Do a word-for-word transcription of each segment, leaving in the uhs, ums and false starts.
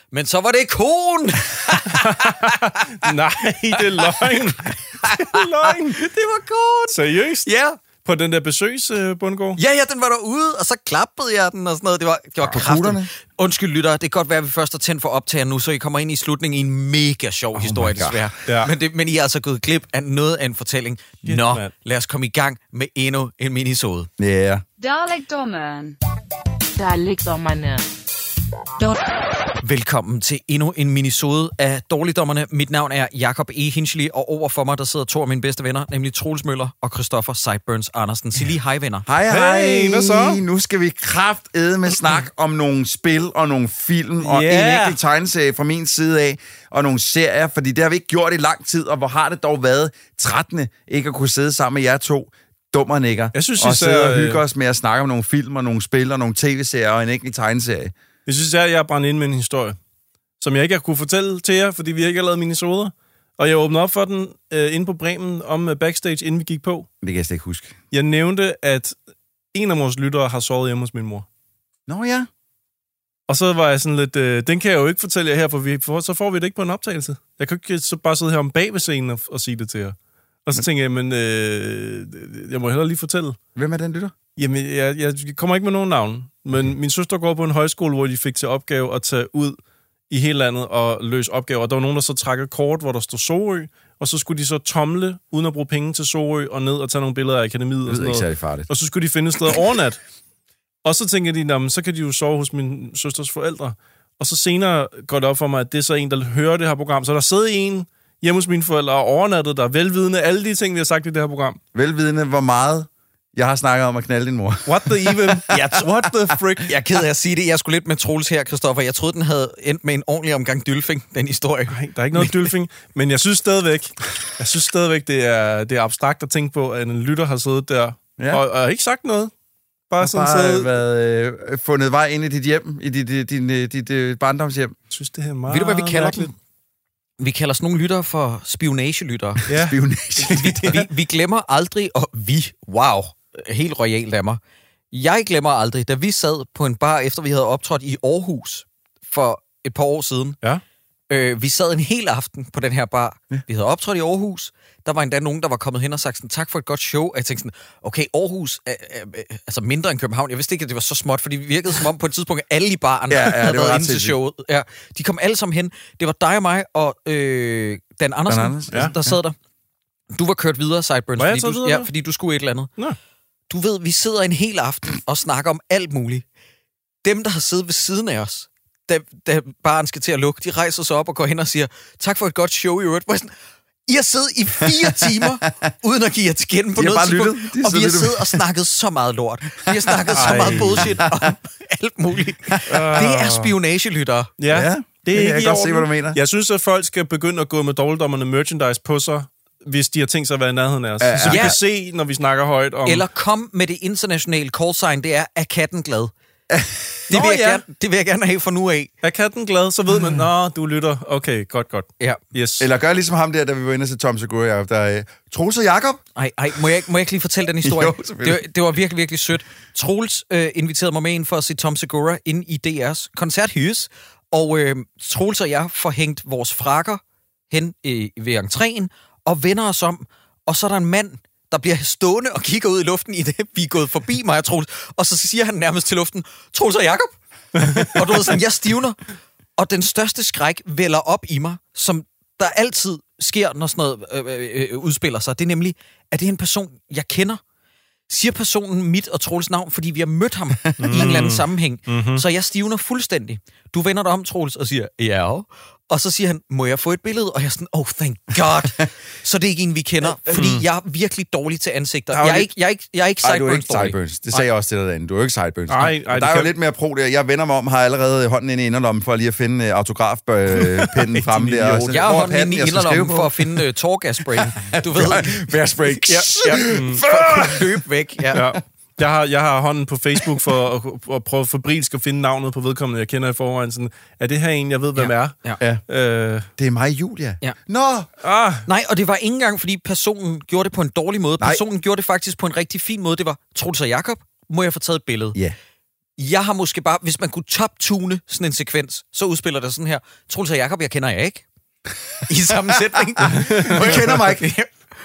men så var det konen. Nej, det er løgn. Det er løgn. Det var konen. Seriøst? Ja. På den der besøgsbundgård? Ja, ja, den var derude, og så klappede jeg den og sådan noget. Det var, det var kraftigt. Undskyld, lytter. Det kan godt være, at vi først har tændt for optagen nu, så I kommer ind i slutningen i en mega sjov oh historie, desværre. Ja. Men, det, men I er altså gået glip af noget af en fortælling. Yes, Nå, man. Lad os komme i gang med endnu en minisode. Ja. Yeah. Dalekdommeren. Dalekdommerne. Velkommen til endnu en minisode af Dårligdommerne. Mit navn er Jakob E. Hinchley, og over for mig, der sidder to af mine bedste venner, nemlig Troels Møller og Christopher Sideburns Andersen. Sig lige hej, venner. Hej, hej. Hey, hvad så? Nu skal vi kraftedme snak om nogle spil og nogle film og Yeah. en enkelt tegneserie fra min side af, og nogle serier, fordi det har vi ikke gjort i lang tid, og hvor har det dog været trættende ikke at kunne sidde sammen med jer to dummernikker Jeg synes, og især, sidde og øh, hygge os med at snakke om nogle film og nogle spil og nogle tv-serier og en enkelt tegneserie. Jeg synes, at jeg er brændt ind med en historie, som jeg ikke har kunne fortælle til jer, fordi vi ikke har lavet minisoder. Og jeg åbnede op for den øh, inde på Bremen om uh, backstage, inden vi gik på. Det kan jeg slet ikke huske. Jeg nævnte, at en af vores lyttere har sovet hjemme hos min mor. Nå ja. Og så var jeg sådan lidt, øh, den kan jeg jo ikke fortælle jer her, for, vi, for så får vi det ikke på en optagelse. Jeg kan ikke så bare sidde her om bag ved scenen og, og sige det til jer. Og så tænkte jeg, men øh, jeg må hellere lige fortælle. Hvem er den lytter? Jamen, jeg, jeg kommer ikke med nogen navn, men okay. Min søster går på en højskole, hvor de fik til opgave at tage ud i hele landet og løse opgaver. Og der var nogen, der så trak et kort, hvor der stod Sorø, og så skulle de så tomle, uden at bruge penge til Sorø, og ned og tage nogle billeder af akademiet og sådan noget. Ikke farligt. Og så skulle de finde et sted overnat. Og så tænker de, jamen, så kan de jo sove hos min søsters forældre. Og så senere går det op for mig, at det er så en, der hører det her program. Så der sidder en hjemme hos mine forældre og overnattet der, velvidende alle de ting, vi har sagt i det her program. Velvidende, hvor meget jeg har snakket om at knalde din mor. What the even? Jeg what the frick? Jeg er ked af at sige det. Jeg skulle lidt med Troels her, Christoffer. Jeg troede, den havde endt med en ordentlig omgang dylfing, den historie. Nej, der er ikke noget dylfing, men jeg synes stadigvæk, jeg synes stadigvæk, det er, det er abstrakt at tænke på, at en lytter har siddet der ja. og, og ikke sagt noget. Bare og sådan bare siddet... været, øh, fundet vej ind i dit hjem, i dit, dit, dit, dit, dit øh, barndomshjem. Jeg synes, det er meget Ved du, hvad vi kalder mærkeligt. dem? Vi kalder sådan nogle lyttere for spionagelyttere. Ja. Spionage. vi, vi, vi glemmer aldrig, og vi, wow, helt royalt af mig. Jeg glemmer aldrig, da vi sad på en bar, efter vi havde optrådt i Aarhus for et par år siden. Ja. Øh, vi sad en hel aften på den her bar. Ja. Vi havde optrådt i Aarhus. Der var endda nogen, der var kommet hen og sagt sådan, tak for et godt show. Og jeg tænkte sådan, okay, Aarhus er, er, er altså mindre end København. Jeg vidste ikke, at det var så småt, fordi vi virkede som om på et tidspunkt, at alle i baren ja, ja, havde været inde til showet. showet. Ja, de kom alle sammen hen. Det var dig og mig og øh, Dan Andersen, Dan Andersen. Ja, der sad ja. der. Du var kørt videre, Sideburns, fordi du, videre? Ja, fordi du skulle et eller andet. Nå. Du ved, vi sidder en hel aften og snakker om alt muligt. Dem, der har siddet ved siden af os, da, da baren skal til at lukke, de rejser sig op og går hen og siger, tak for et godt show i øvrigt. I har siddet i fire timer, uden at give jer til kende på noget tidspunkt, og vi har siddet og snakket så meget lort. Vi har snakket Ej. så meget bullshit om alt muligt. Uh. Det er spionagelyttere. Ja, ja, det er jeg ikke kan i godt orden. se, hvad du mener. Jeg synes, at folk skal begynde at gå med dårligdommerne merchandise på sig, hvis de har tænkt sig at være i nærheden af os. Uh, så vi ja. kan se, når vi snakker højt om... Eller kom med det internationale call sign, det er, er katten glad? Det vil, Nå, jeg ja. gerne, det vil jeg gerne have for nu af. Er katten glad, så ved man, nå, du lytter. Okay, godt, godt. Ja. Yes. Eller gør ligesom ham der, da vi var inde til Tom Segura, der Troels og Jakob. Ej, ej, må jeg, må jeg ikke lige fortælle den historie? Jo, det, var, det var virkelig, virkelig sødt. Troels øh, inviterede mig med ind for at se Tom Segura ind i D R's koncerthus, og øh, Troels og jeg får hængt vores frakker hen øh, ved entréen, og vender os om, og så er der en mand, der bliver stående og kigger ud i luften i det, vi er gået forbi mig og Troels, og så siger han nærmest til luften, Troels og Jakob. Og du ved sådan, jeg stivner, og den største skræk vælger op i mig, som der altid sker, når sådan noget øh, øh, udspiller sig. Det er nemlig, at det er en person, jeg kender. Siger personen mit og Troels navn, fordi vi har mødt ham mm. i en eller anden sammenhæng. Mm-hmm. Så jeg stivner fuldstændig. Du vender dig om, Troels, og siger, ja. Og så siger han, må jeg få et billede? Og jeg er sådan, oh, thank God. Så det er ikke en, vi kender. Fordi jeg er virkelig dårlig til ansigter. Jeg er ikke, jeg er ikke, jeg er ikke Sideburns. Ej, du er ikke Sideburns. Det sagde jeg også til dig derinde. Du er jo ikke Sideburns. Ej, ej, der er jo kan... lidt mere pro der. Jeg vender mig om, har allerede hånden ind i inderlommen for lige at finde uh, autografpinden frem der. Også. Jeg har hånden ind i inderlommen for at finde uh, tårgasspray. Du ved. Værspray. Ja, ja. Mm, for at løbe væk. Ja. Ja. Jeg har, jeg har hånden på Facebook for at, at prøve febrilsk at finde navnet på vedkommende, jeg kender i forvejen. Sådan, er det her en, jeg ved, hvem ja. er? Ja. Øh... Det er mig, Julia. Ja. Nå! Ah. Nej, og det var ikke engang, fordi personen gjorde det på en dårlig måde. Nej. Personen gjorde det faktisk på en rigtig fin måde. Det var, Troels og Jakob, må jeg få taget et billede? Ja. Jeg har måske bare, hvis man kunne top-tune sådan en sekvens, så udspiller det sådan her. Troels og Jacob, jeg kender jer ikke. I sammensætning. Du kender mig ikke.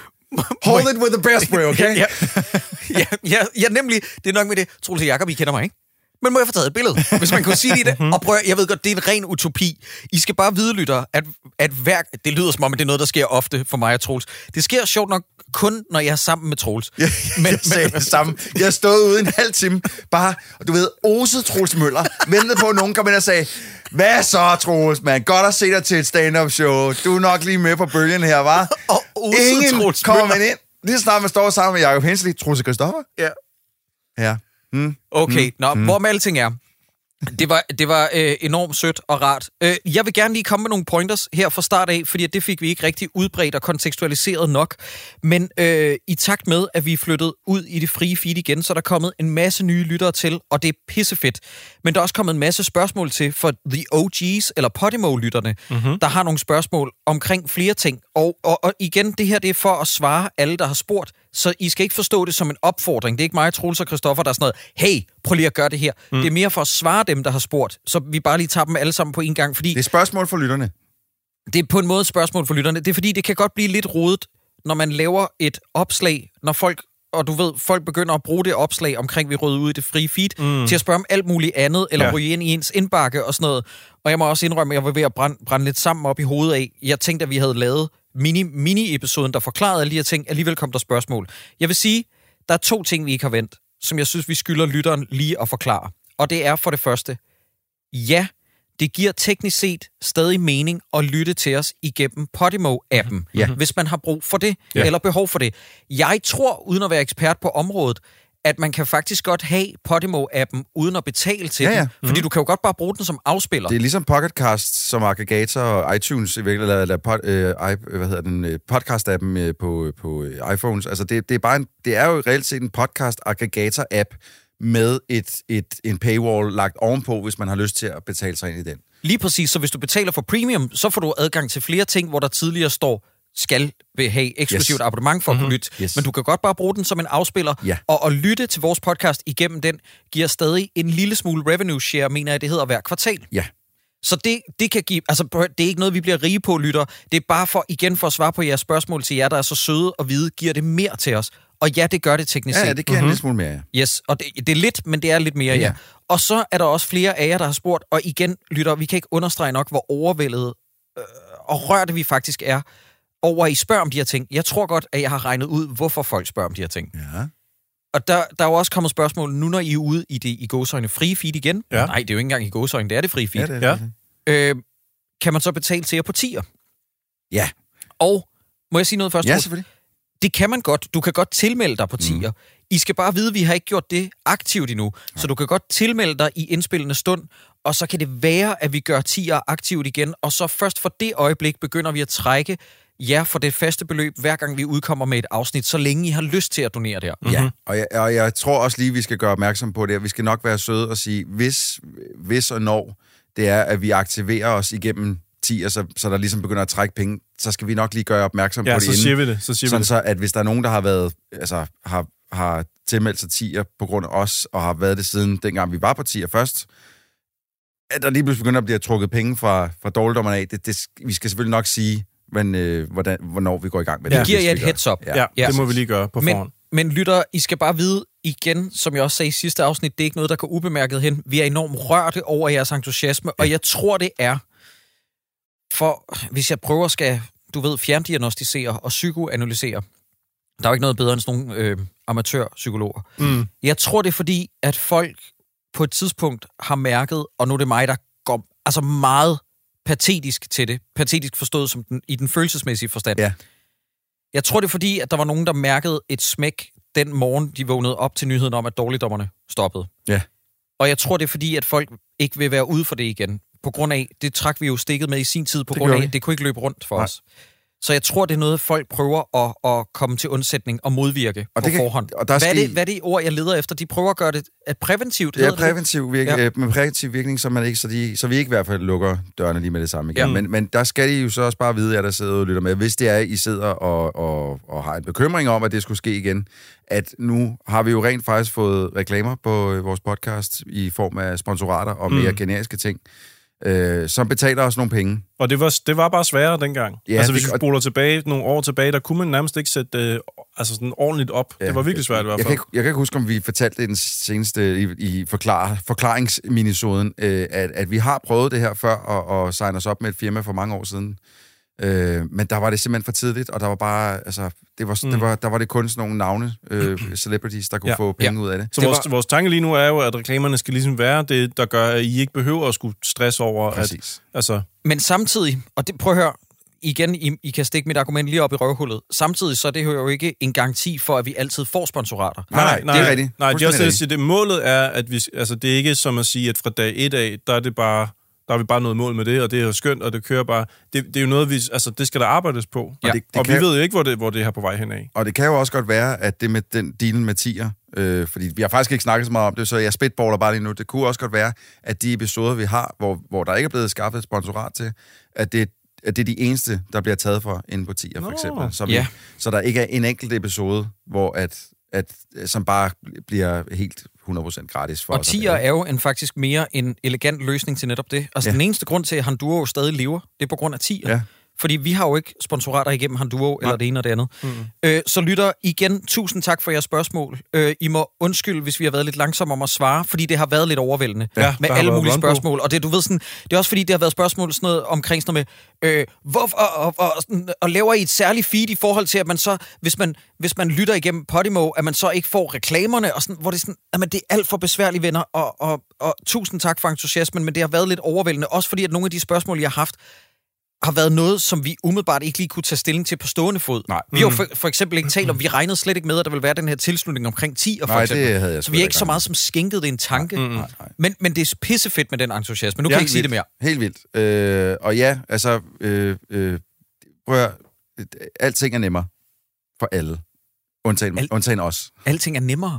Hold it with the best way, okay? ja, ja, ja, ja, nemlig, det er nok med det. Troels og Jacob, I kender mig ikke. Men må jeg få taget et billede, hvis man kunne sige det i det? Og prøv, jeg ved godt, det er en ren utopi. I skal bare vide, lytter, at, at hver... Det lyder som om, at det er noget, der sker ofte for mig og Troels. Det sker sjovt nok kun, når jeg er sammen med Troels. Ja, men, jeg sagde det samme. Jeg har stået ude en halv time, bare, og du ved, oset Troels Møller, ventede på, at nogen kom ind og sagde, hvad så, Troels, mand? Godt at se dig til et stand-up show. Du er nok lige med på bølgen her, hva'? Og oset Ingen Troels kommer Møller. man ind. Lige snart man står sammen med Jacob Hensley. Troels og Christoffer? Ja. Ja. Hmm. Okay, mm. nå, mm. hvor med alting er. Det var, det var øh, enormt sødt og rart. Øh, jeg vil gerne lige komme med nogle pointers her fra start af, fordi det fik vi ikke rigtig udbredt og kontekstualiseret nok. Men øh, i takt med, at vi er flyttet ud i det frie feed igen, så er der kommet en masse nye lyttere til, og det er pissefedt. Men der er også kommet en masse spørgsmål til for The O G's, eller Podimo-lytterne, mm-hmm. der har nogle spørgsmål omkring flere ting. Og, og, og igen, det her det er for at svare alle, der har spurgt. Så I skal ikke forstå det som en opfordring. Det er ikke mig, Troels og Christoffer, der er sådan noget, hey, prøv lige at gøre det her. Mm. Det er mere for at svare dem, der har spurgt. Så vi bare lige tager dem alle sammen på en gang. Fordi det er spørgsmål for lytterne. Det er på en måde et spørgsmål for lytterne. Det er fordi, det kan godt blive lidt rodet, når man laver et opslag, når folk, og du ved, folk begynder at bruge det opslag omkring, vi rydder ud i det frie feed, mm. til at spørge om alt muligt andet, eller ja. ryge ind i ens indbakke og sådan noget. Og jeg må også indrømme, at jeg var ved at brænde, brænde lidt sammen op i hovedet af. Jeg tænkte, at vi havde lavet mini, mini-episoden, der forklarede alle de her ting. Alligevel kom der spørgsmål. Jeg vil sige, der er to ting, vi ikke har vendt, som jeg synes, vi skylder lytteren lige at forklare. Og det er for det første, ja, det giver teknisk set stadig mening at lytte til os igennem Podimo-appen, ja. hvis man har brug for det, ja. eller behov for det. Jeg tror, uden at være ekspert på området, at man kan faktisk godt have Podimo-appen uden at betale til ja, ja. den. Fordi mm-hmm. du kan jo godt bare bruge den som afspiller. Det er ligesom Pocketcast som aggregator og iTunes, eller, eller pod, øh, i, hvad hedder den, podcast-appen øh, på, på iPhones. Altså det, det, er bare en, det er jo reelt set en podcast-aggregator-app med et, et, en paywall lagt ovenpå, hvis man har lyst til at betale sig ind i den. Lige præcis, så hvis du betaler for premium, så får du adgang til flere ting, hvor der tidligere står, skal have eksklusivt yes. abonnement for at kunne lytte. Yes. Men du kan godt bare bruge den som en afspiller, ja. og at lytte til vores podcast igennem den, giver stadig en lille smule revenue share, mener jeg, det hedder hver kvartal. Ja. Så det, det kan give, altså det er ikke noget, vi bliver rige på, lytter. Det er bare for, igen for at svare på jeres spørgsmål til jer, der er så søde og vide, giver det mere til os? Og ja, det gør det teknisk set. Ja, ja, det kan mm-hmm. en lille smule mere, ja. Yes, og det, det er lidt, men det er lidt mere, ja. ja. Og så er der også flere af jer, der har spurgt, og igen, lytter, vi kan ikke understrege nok, hvor overvældet øh, og rørte vi faktisk er over, at I spørger om de her ting. Jeg tror godt, at jeg har regnet ud, hvorfor folk spørger om de her ting. Ja. Og der, der er jo også kommet spørgsmål, nu når I er ude i det i gåseøjne frie feed igen. Ja. Nej, det er jo ikke engang i gåseøjne, det er det frie feed. Ja, det er det. Ja. Øh, kan man så betale til jer på tier? Ja. Og, må jeg sige noget først? Ja, selvfølgelig. Det kan man godt. Du kan godt tilmelde dig på tier. Mm. I skal bare vide, at vi har ikke gjort det aktivt endnu. Ja. Så du kan godt tilmelde dig i indspillende stund, og så kan det være, at vi gør tier aktivt igen, og så først for det øjeblik begynder vi at trække jer for det faste beløb, hver gang vi udkommer med et afsnit, så længe I har lyst til at donere der. Ja, og jeg, og jeg tror også lige, vi skal gøre opmærksom på det. Vi skal nok være søde og sige, hvis, hvis og når det er, at vi aktiverer os igennem tier, så, så der ligesom begynder at trække penge, så skal vi nok lige gøre opmærksom ja, på det inden. Ja, så siger vi det. Så siger sådan vi det. Så, at hvis der er nogen, der har været, altså, har, har tilmeldt sig tier på grund af os, og har været det siden dengang vi var på tier først, at der lige pludselig begynder at blive trukket penge fra, fra dårligdommerne af, det, det, vi skal selvfølgelig nok sige, men, øh, hvordan, hvornår vi går i gang med ja. det. Vi giver jer et heads up. Ja, ja, det må vi lige gøre på men, forhånd. Men lytter, I skal bare vide igen, som jeg også sagde i sidste afsnit, det er ikke noget, der går ubemærket hen. Vi er enormt rørte over jeres entusiasme, ja. Og jeg tror, det er, for hvis jeg prøver skal, du ved, fjerndiagnostisere og psykoanalysere, der er jo ikke noget bedre end sådan nogle øh, amatørpsykologer. Mm. Jeg tror, det er fordi, at folk på et tidspunkt har mærket, og nu er det mig, der går altså meget patetisk til det. Patetisk forstået som den, i den følelsesmæssige forstand. Ja. Jeg tror, det er fordi, at der var nogen, der mærkede et smæk den morgen, de vågnede op til nyheden om, at dårligdommerne stoppede. Ja. Og jeg tror, det er fordi, at folk ikke vil være ude for det igen. På grund af, det trak vi jo stikket med i sin tid, på det grund af, vi. at det kunne ikke løbe rundt for Nej. os. Så jeg tror, det er noget, folk prøver at, at komme til undsætning og modvirke Og på det kan- forhånd. og der er hvad, er sket- det, hvad er det ord, jeg leder efter? De prøver at gøre det at præventivt. Det er hedder det? præventiv virke, Ja. ja. med præventiv virkning, så, man ikke, så, de, så vi ikke i hvert fald lukker dørene lige med det samme igen. Ja. Ja. Men, men der skal I jo så også bare vide, at der sidder og lytter med, hvis det er, I sidder og, og, og har en bekymring om, at det skulle ske igen, at nu har vi jo rent faktisk fået reklamer på øh, vores podcast i form af sponsorater og mere Mm. generiske ting, øh, som betaler os nogle penge. Og det var, det var bare sværere dengang. Ja, altså, hvis det- vi spoler tilbage nogle år tilbage, der kunne man nærmest ikke sætte øh, altså sådan ordentligt op. Ja, det var virkelig svært i hvert Jeg fald. kan, ikke, jeg kan ikke huske, om vi fortalte det i den seneste i, i forklar, forklaringsminisoden, øh, at, at vi har prøvet det her før og, og signe os op med et firma for mange år siden. Øh, men der var det simpelthen for tidligt, og der var bare, altså, det var, mm. det var, der var det kun sådan nogle navne, øh, celebrities, der kunne Ja. få penge Ja. ud af det. Så Det vores, var- vores tanke lige nu er jo, at reklamerne skal ligesom være det, der gør, at I ikke behøver at skulle stresse over, at, Præcis. altså, Men samtidig, og det, prøv at høre, igen, I, I kan stikke mit argument lige op i røvhullet. Samtidig så er det jo ikke en garanti for, at vi altid får sponsorater. Nej, nej, det er rigtigt. Nej, det er også det, Fuldstændig jeg siger, det målet er, at vi, altså, det er ikke som at sige, at fra dag et af, der er det bare, der er vi bare noget mål med det, og det er jo skønt, og det kører bare. Det, det er jo noget, vi, altså, det skal der arbejdes på. Ja. Og, det- det og vi kan- ved jo ikke, hvor det, hvor det er her på vej henad. Og det kan jo også godt være, at det med den dealen med tier, øh, fordi vi har faktisk ikke snakket så meget om det, så jeg spitballer bare lige nu. Det kunne også godt være, at de episoder, vi har, hvor, hvor der ikke er blevet skaffet et sponsorat til, at det, at det er de eneste, der bliver taget for inde på tier, for Nå. eksempel. Så, vi, Ja. så der ikke er en enkelt episode, hvor at, at, som bare bliver helt hundrede procent gratis for Og os. tier er jo en faktisk mere en elegant løsning til netop det. Altså Ja. den eneste grund til, at Handuro stadig lever, det er på grund af tier. Ja. Fordi vi har jo ikke sponsorater igennem Handuro, eller det ene og det andet. Mm. Øh, så lytter igen, tusind tak for jeres spørgsmål. Øh, I må undskylde, hvis vi har været lidt langsomme om at svare, fordi det har været lidt overvældende Ja, med der har alle været mulige run på. spørgsmål. Og det, du ved sådan, det er også fordi, det har været spørgsmål sådan noget omkring sådan noget med, øh, hvorfor, og, og, og, sådan, og laver I et særligt feed i forhold til, at man så, hvis man, hvis man lytter igennem Podimo, at man så ikke får reklamerne, og sådan, hvor det er sådan, jamen det er alt for besværlige venner, og, og, og tusind tak for entusiasmen, men det har været lidt overvældende, også fordi, at nogle af de spørgsmål, jeg har haft, har været noget, som vi umiddelbart ikke lige kunne tage stilling til på stående fod. Nej. Vi har jo for, for eksempel ikke talt om, vi regnede slet ikke med, at der ville være den her tilslutning omkring tier, for Nej, eksempel. det havde jeg så sgu vi har da ikke så ikke meget som skænket det en tanke. Nej, nej. Men, men det er pissefedt med den entusiasme. Nu kan Ja, jeg ikke sige vildt. det mere. Helt vildt. Øh, og ja, altså, øh, øh, prøv at høre, alting er nemmere for alle. Undtagen, Alt- undtagen os. Alting er nemmere.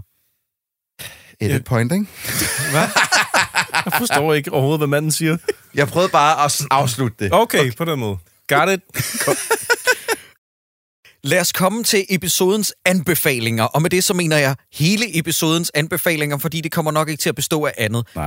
Et Ja. point, ikke? Hvad? Jeg forstår ikke overhovedet, hvad manden siger. Jeg prøvede bare at afslutte det. Okay, okay. På den måde. Got it. Lad os komme til episodens anbefalinger. Og med det så mener jeg hele episodens anbefalinger, fordi det kommer nok ikke til at bestå af andet. Nej.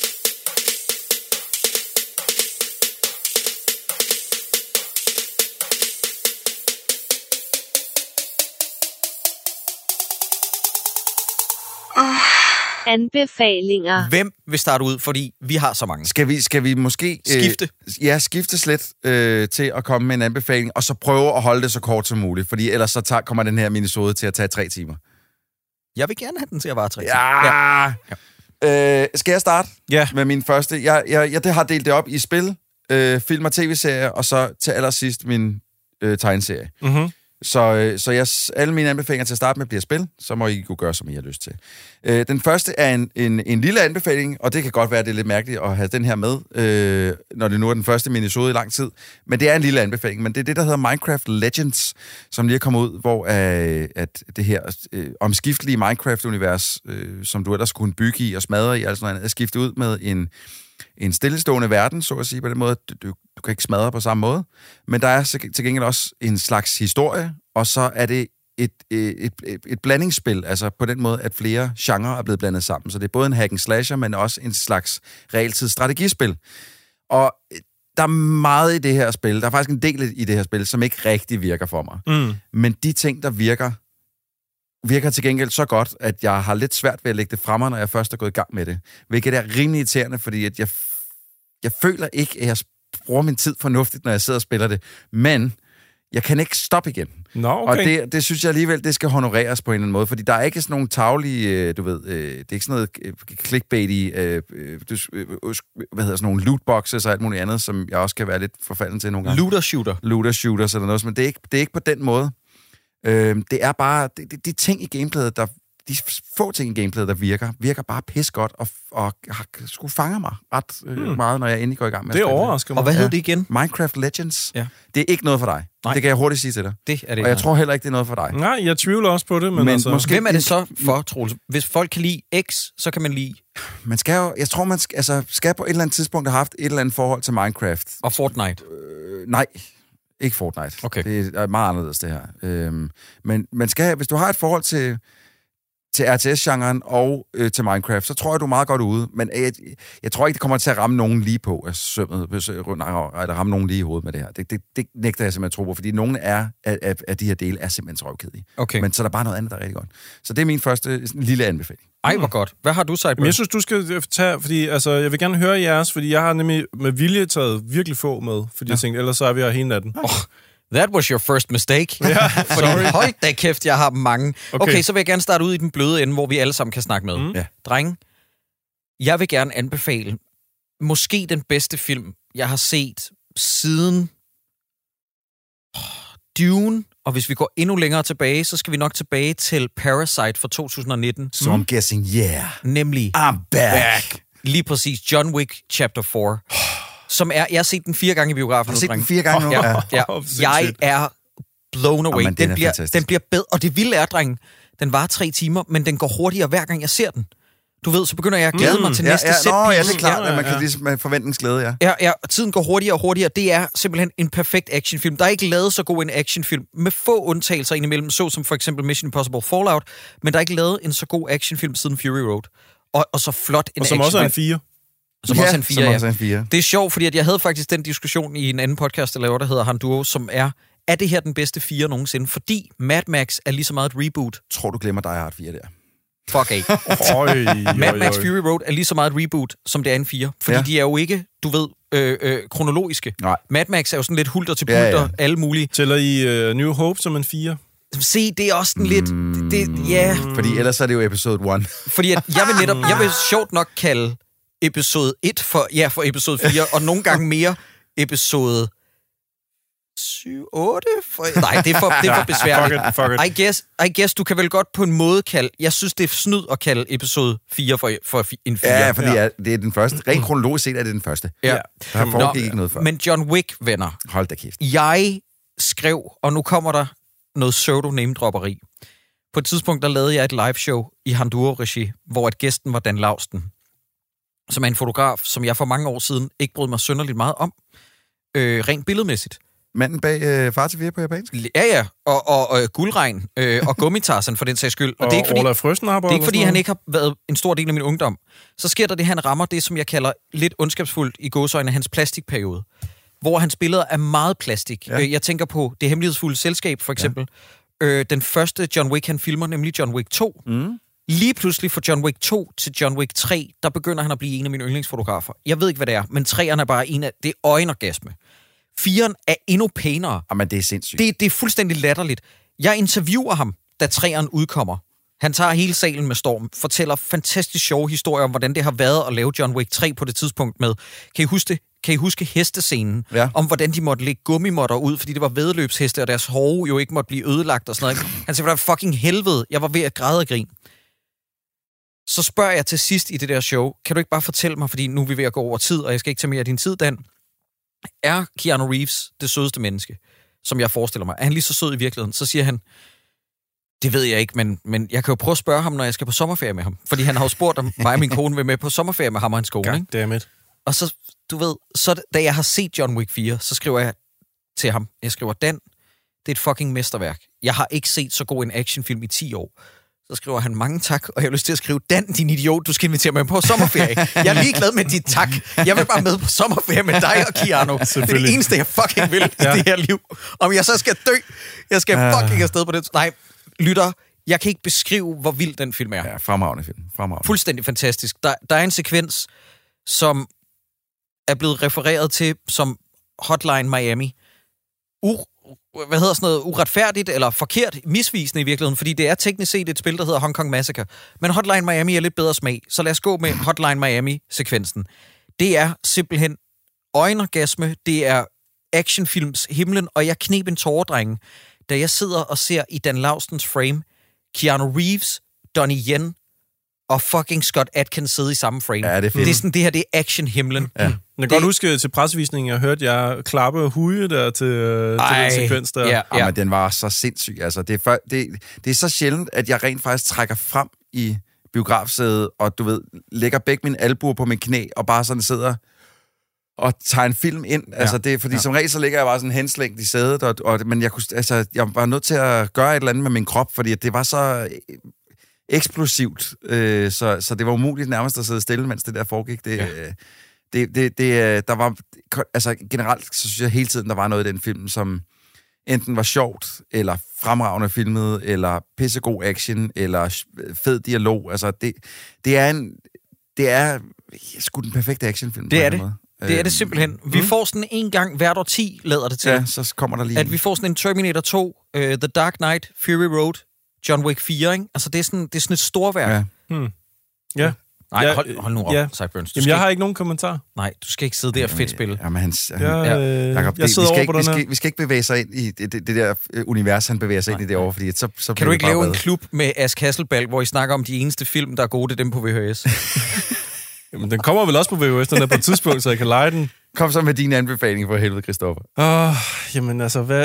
Anbefalinger. Hvem vil starte ud? Fordi vi har så mange. Skal vi, skal vi måske... Skifte. Øh, ja, skifte lidt øh, til at komme med en anbefaling, og så prøve at holde det så kort som muligt, fordi ellers så tager, kommer den her minisode til at tage tre timer. Jeg vil gerne have den til at vare tre timer. Ja! ja. Øh, skal jeg starte Ja. med min første? Jeg, jeg, jeg det har delt det op i spil, øh, film og tv-serier, og så til allersidst min øh, tegneserie. Mm-hmm. Så, øh, så jeg, alle mine anbefalinger til at starte med bliver spil, så må I kunne gøre, som I har lyst til. Øh, den første er en, en, en lille anbefaling, og det kan godt være, at det er lidt mærkeligt at have den her med, øh, når det nu er den første minisode i lang tid. Men det er en lille anbefaling, men det er det, der hedder Minecraft Legends, som lige er kommet ud, hvor øh, at det her øh, omskiftelige Minecraft-univers, øh, som du ellers kunne bygge i og smadre i, altså noget andet, er skiftet ud med en en stillestående verden, så at sige, på den måde. Du, du kan ikke smadre på samme måde. Men der er til gengæld også en slags historie, og så er det et, et, et, et blandingsspil, altså på den måde, at flere genrer er blevet blandet sammen. Så det er både en hack and slasher, men også en slags realtidsstrategispil. Og der er meget i det her spil, der er faktisk en del i det her spil, som ikke rigtig virker for mig. Mm. Men de ting, der virker, virker til gengæld så godt, at jeg har lidt svært ved at lægge det fremme, når jeg først er gået i gang med det. Hvilket er rimelig irriterende, fordi at jeg, jeg føler ikke, at jeg bruger min tid fornuftigt, når jeg sidder og spiller det. Men jeg kan ikke stoppe igen. Nå, okay. Og det, det synes jeg alligevel, det skal honoreres på en eller anden måde, fordi der er ikke sådan nogle taglige, du ved, øh, det er ikke sådan noget øh, clickbaity, øh, øh, øh, hvad hedder sådan nogle lootboxes og alt muligt andet, som jeg også kan være lidt forfalden til nogle gange. Looter shooter. Looter shooters eller noget, men det er ikke, det er ikke på den måde. Øh, det er bare, det, det, de ting i gameplayet, der, de få ting i gameplayet, der virker, virker bare pis godt, og, og har, skulle fange mig ret øh, hmm. meget, når jeg endelig går i gang med det overrasker mig. Og hvad hed det igen? Minecraft Legends. Ja. Det er ikke noget for dig. Nej. Det kan jeg hurtigt sige til dig. Det er det. Og jeg tror heller ikke, det er noget for dig. Nej, jeg tvivler også på det, men, men altså... måske, hvem er det så for, Troels? Hvis folk kan lide X, så kan man lide... Man skal jo... Jeg tror, man skal, altså, skal på et eller andet tidspunkt have haft et eller andet forhold til Minecraft. Og Fortnite? Øh, nej. Ikke Fortnite. Okay. Det er meget anderledes, det her. Øhm, men man skal, hvis du har et forhold til, til R T S-genren og øh, til Minecraft, så tror jeg, du er meget godt ude. Men jeg, jeg tror ikke, det kommer til at ramme nogen lige på, altså sømmet, eller ramme nogen lige i hovedet med det her. Det, det, det nægter jeg simpelthen tro på, fordi nogle af, af, af de her dele er simpelthen så røvkedelige. Okay. Men så er der bare noget andet, der er rigtig godt. Så det er min første lille anbefaling. Ej, hvor godt. Hvad har du sagt på? Jeg synes, du skal tage, fordi altså, jeg vil gerne høre jeres, fordi jeg har nemlig med vilje taget virkelig få med, fordi ja. jeg tænkte, ellers så er vi her hele natten. Oh, that was your first mistake. Ja, fordi hold da kæft, jeg har mange. Okay. Okay. okay, så vil jeg gerne starte ud i den bløde ende, hvor vi alle sammen kan snakke med. Mm. Ja. Drenge, jeg vil gerne anbefale måske den bedste film, jeg har set siden oh, Dune. Og hvis vi går endnu længere tilbage, så skal vi nok tilbage til Parasite fra to tusind nitten. So I'm guessing, yeah. Nemlig I'm back. lige præcis John Wick Chapter fire. Som er, jeg har set den fire gange i biografen. Har du set den fire gange nu? Ja, ja. Oh, Jeg er blown away. Oh, den, den, er bliver, fantastisk. den bliver bedre, og det vilde er, drenge, den varer tre timer, men den går hurtigere hver gang jeg ser den. Du ved, så begynder jeg at glæde mm. mig til ja, næste ja, set. nå, ja, det er klart, Ja, at man kan ja. ligesom med forventningsglæde, ja. Ja, ja, tiden går hurtigere og hurtigere. Det er simpelthen en perfekt actionfilm. Der er ikke lavet så god en actionfilm, med få undtagelser indimellem, så som for eksempel Mission Impossible Fallout, men der er ikke lavet en så god actionfilm siden Fury Road. Og, og så flot en Og som også er en fire. Som ja, også er en fire, som ja. også er en fire. Det er sjovt, fordi at jeg havde faktisk den diskussion i en anden podcast, der laver, der hedder Handuro, som er, er det her den bedste fire nogensinde? Fordi Mad Max er lige så meget et reboot. Tror du glemmer Die Hard fire der? Fuck af. Øj, Mad Max Fury Road er lige så meget et reboot, som det er en fire. Fordi Ja. de er jo ikke, du ved, øh, øh, kronologiske. Nej. Mad Max er jo sådan lidt hulter til Ja, bulter, ja. alle mulige. Tæller I uh, New Hope som en fire? Se, det er også sådan lidt... Det, det, ja, Fordi ellers er det jo episode et. fordi at jeg vil netop... Jeg vil sjovt nok kalde episode et for, ja, for episode fire, og nogle gange mere episode syv, otte? For, nej, det er for, det er for besværligt. Fuck it, fuck it. I guess, I guess, du kan vel godt på en måde kalde... Jeg synes, det er snyd at kalde episode fire for, for en fire. Ja, fordi ja. det er den første. Rent kronologisk set er det den første. Ja. Der foregik ikke noget før. Men John Wick, venner, Hold da kæft. jeg skrev, og nu kommer der noget pseudo-name-dropperi. På et tidspunkt, der lavede jeg et liveshow i Handuro-regi, hvor at gæsten var Dan Lausten, som er en fotograf, som jeg for mange år siden ikke brød mig synderligt meget om, øh, rent billedmæssigt. Manden bag øh, Far til fire på japansk? Ja, ja, og, og, og guldregn, øh, og gummitarsen for den sags skyld. Og, Og det er ikke fordi, Olaf Frøsenhaber? det er ikke, fordi han ikke har været en stor del af min ungdom. Så sker der det, han rammer det, som jeg kalder lidt ondskabsfuldt i gåseøjne, hans plastikperiode. Hvor hans billeder er meget plastik. Ja. Ja. Jeg tænker på Det Hemmelighedsfulde Selskab, for eksempel. Ja. Øh, den første John Wick, han filmer, nemlig John Wick to. Mm. Lige pludselig fra John Wick to til John Wick tre, der begynder han at blive en af mine yndlingsfotografer. Jeg ved ikke, hvad det er, men treeren er bare en af... Det er øjenorgasme. Firen er endnu pænere. Jamen, det er sindssygt. Det, det er fuldstændig latterligt. Jeg interviewer ham, da treeren udkommer. Han tager hele salen med storm, fortæller fantastisk sjove historier om, hvordan det har været at lave John Wick tre på det tidspunkt med. Kan I huske det? Kan I huske hestescenen? Ja. Om hvordan de måtte lægge gummimotter ud, fordi det var væddeløbsheste, og deres hove jo ikke måtte blive ødelagt og sådan noget. Han siger, det var fucking helvede. Jeg var ved at græde og grin. Så spørger jeg til sidst i det der show, kan du ikke bare fortælle mig, fordi nu er vi ved at gå over tid, og jeg skal ikke tage mere af din tid, Dan. Er Keanu Reeves det sødeste menneske, som jeg forestiller mig? Er han lige så sød i virkeligheden? Så siger han, det ved jeg ikke, men, men jeg kan jo prøve at spørge ham, når jeg skal på sommerferie med ham. Fordi han har jo spurgt, om mig og min kone vil med på sommerferie med ham og hans kone. Ikke? Goddammit. Og så, du ved, så da jeg har set John Wick fire, så skriver jeg til ham, jeg skriver, Dan, det er et fucking mesterværk. Jeg har ikke set så god en actionfilm i ti år. Så skriver han, mange tak, og jeg har lyst til at skrive, Dan, din idiot, du skal invitere mig på sommerferie. Jeg er ligeglad med dit tak. Jeg vil bare med på sommerferie med dig og Keanu. Det er det eneste, jeg fucking vil i ja. det her liv. Om jeg så skal dø, jeg skal fucking afsted på det. Nej, lytter, jeg kan ikke beskrive, hvor vild den film er. Ja, fremragende film. Fremragende. Fuldstændig fantastisk. Der, der er en sekvens, som er blevet refereret til som Hotline Miami. U- hvad hedder sådan noget, uretfærdigt eller forkert, misvisende i virkeligheden, fordi det er teknisk set et spil, der hedder Hong Kong Massacre. Men Hotline Miami er lidt bedre smag, så lad os gå med Hotline Miami-sekvensen. Det er simpelthen øjenorgasme, det er actionfilms himlen, og jeg kneb en tåredreng, da jeg sidder og ser i Dan Laustens frame Keanu Reeves Donnie Yen og fucking Scott Adkins sidde i samme frame. Ja, det er fedt. Det er sådan, det her, det er action-himlen. Ja. Jeg kan godt huske til pressevisningen, jeg hørte jer klappe og huge der til, til den sekvens der. Ja, Ja. ja. Men den var så sindssyg. Altså, det, er for, det, det er så sjældent, at jeg rent faktisk trækker frem i biografsædet, og du ved, lægger begge mine albuer på min knæ, og bare sådan sidder og tager en film ind. Ja. Altså, det er, fordi ja. som regel, så ligger jeg bare sådan henslængt i sædet, og, og, men jeg, kunne, altså, jeg var nødt til at gøre et eller andet med min krop, fordi det var så eksplosivt, øh, så, så det var umuligt nærmest at sidde stille, mens det der foregik. Det, ja. øh, det, det, det, der var, altså generelt, så synes jeg hele tiden, der var noget i den film, som enten var sjovt, eller fremragende filmet, eller pissegod action, eller fed dialog. Altså, det, det er en, det er sgu den perfekte actionfilm. Det er det. Måde. Det er det simpelthen. Vi mm. får sådan en gang hvert år ti, lader det til. Ja, så kommer der lige at vi får sådan en Terminator to, uh, The Dark Knight, Fury Road, John Wick fire, ikke? Altså, det er sådan, det er sådan et storværk. Ja. Hmm. Ja. Nej, ja, hold, hold nu op, ja. Sideburns. Jamen, jeg ikke... har ikke nogen kommentar. Nej, du skal ikke sidde der og fedt spille. Jamen, hans, ja, ja, Jacob, jeg det, sidder vi, skal over ikke, på vi, den skal, vi skal ikke bevæge sig ind i det, det, det der univers, han bevæger sig Nej. ind i det over, fordi så, så kan du ikke lave en en klub med Ask Hasselbalg, hvor I snakker om de eneste film, der er gode, det er dem på V H S? Jamen, den kommer vel også på V H S, den er på et tidspunkt, så jeg kan lege den. Kom så med din anbefaling for helvede, Christoffer. Åh, oh, jamen altså, hvad...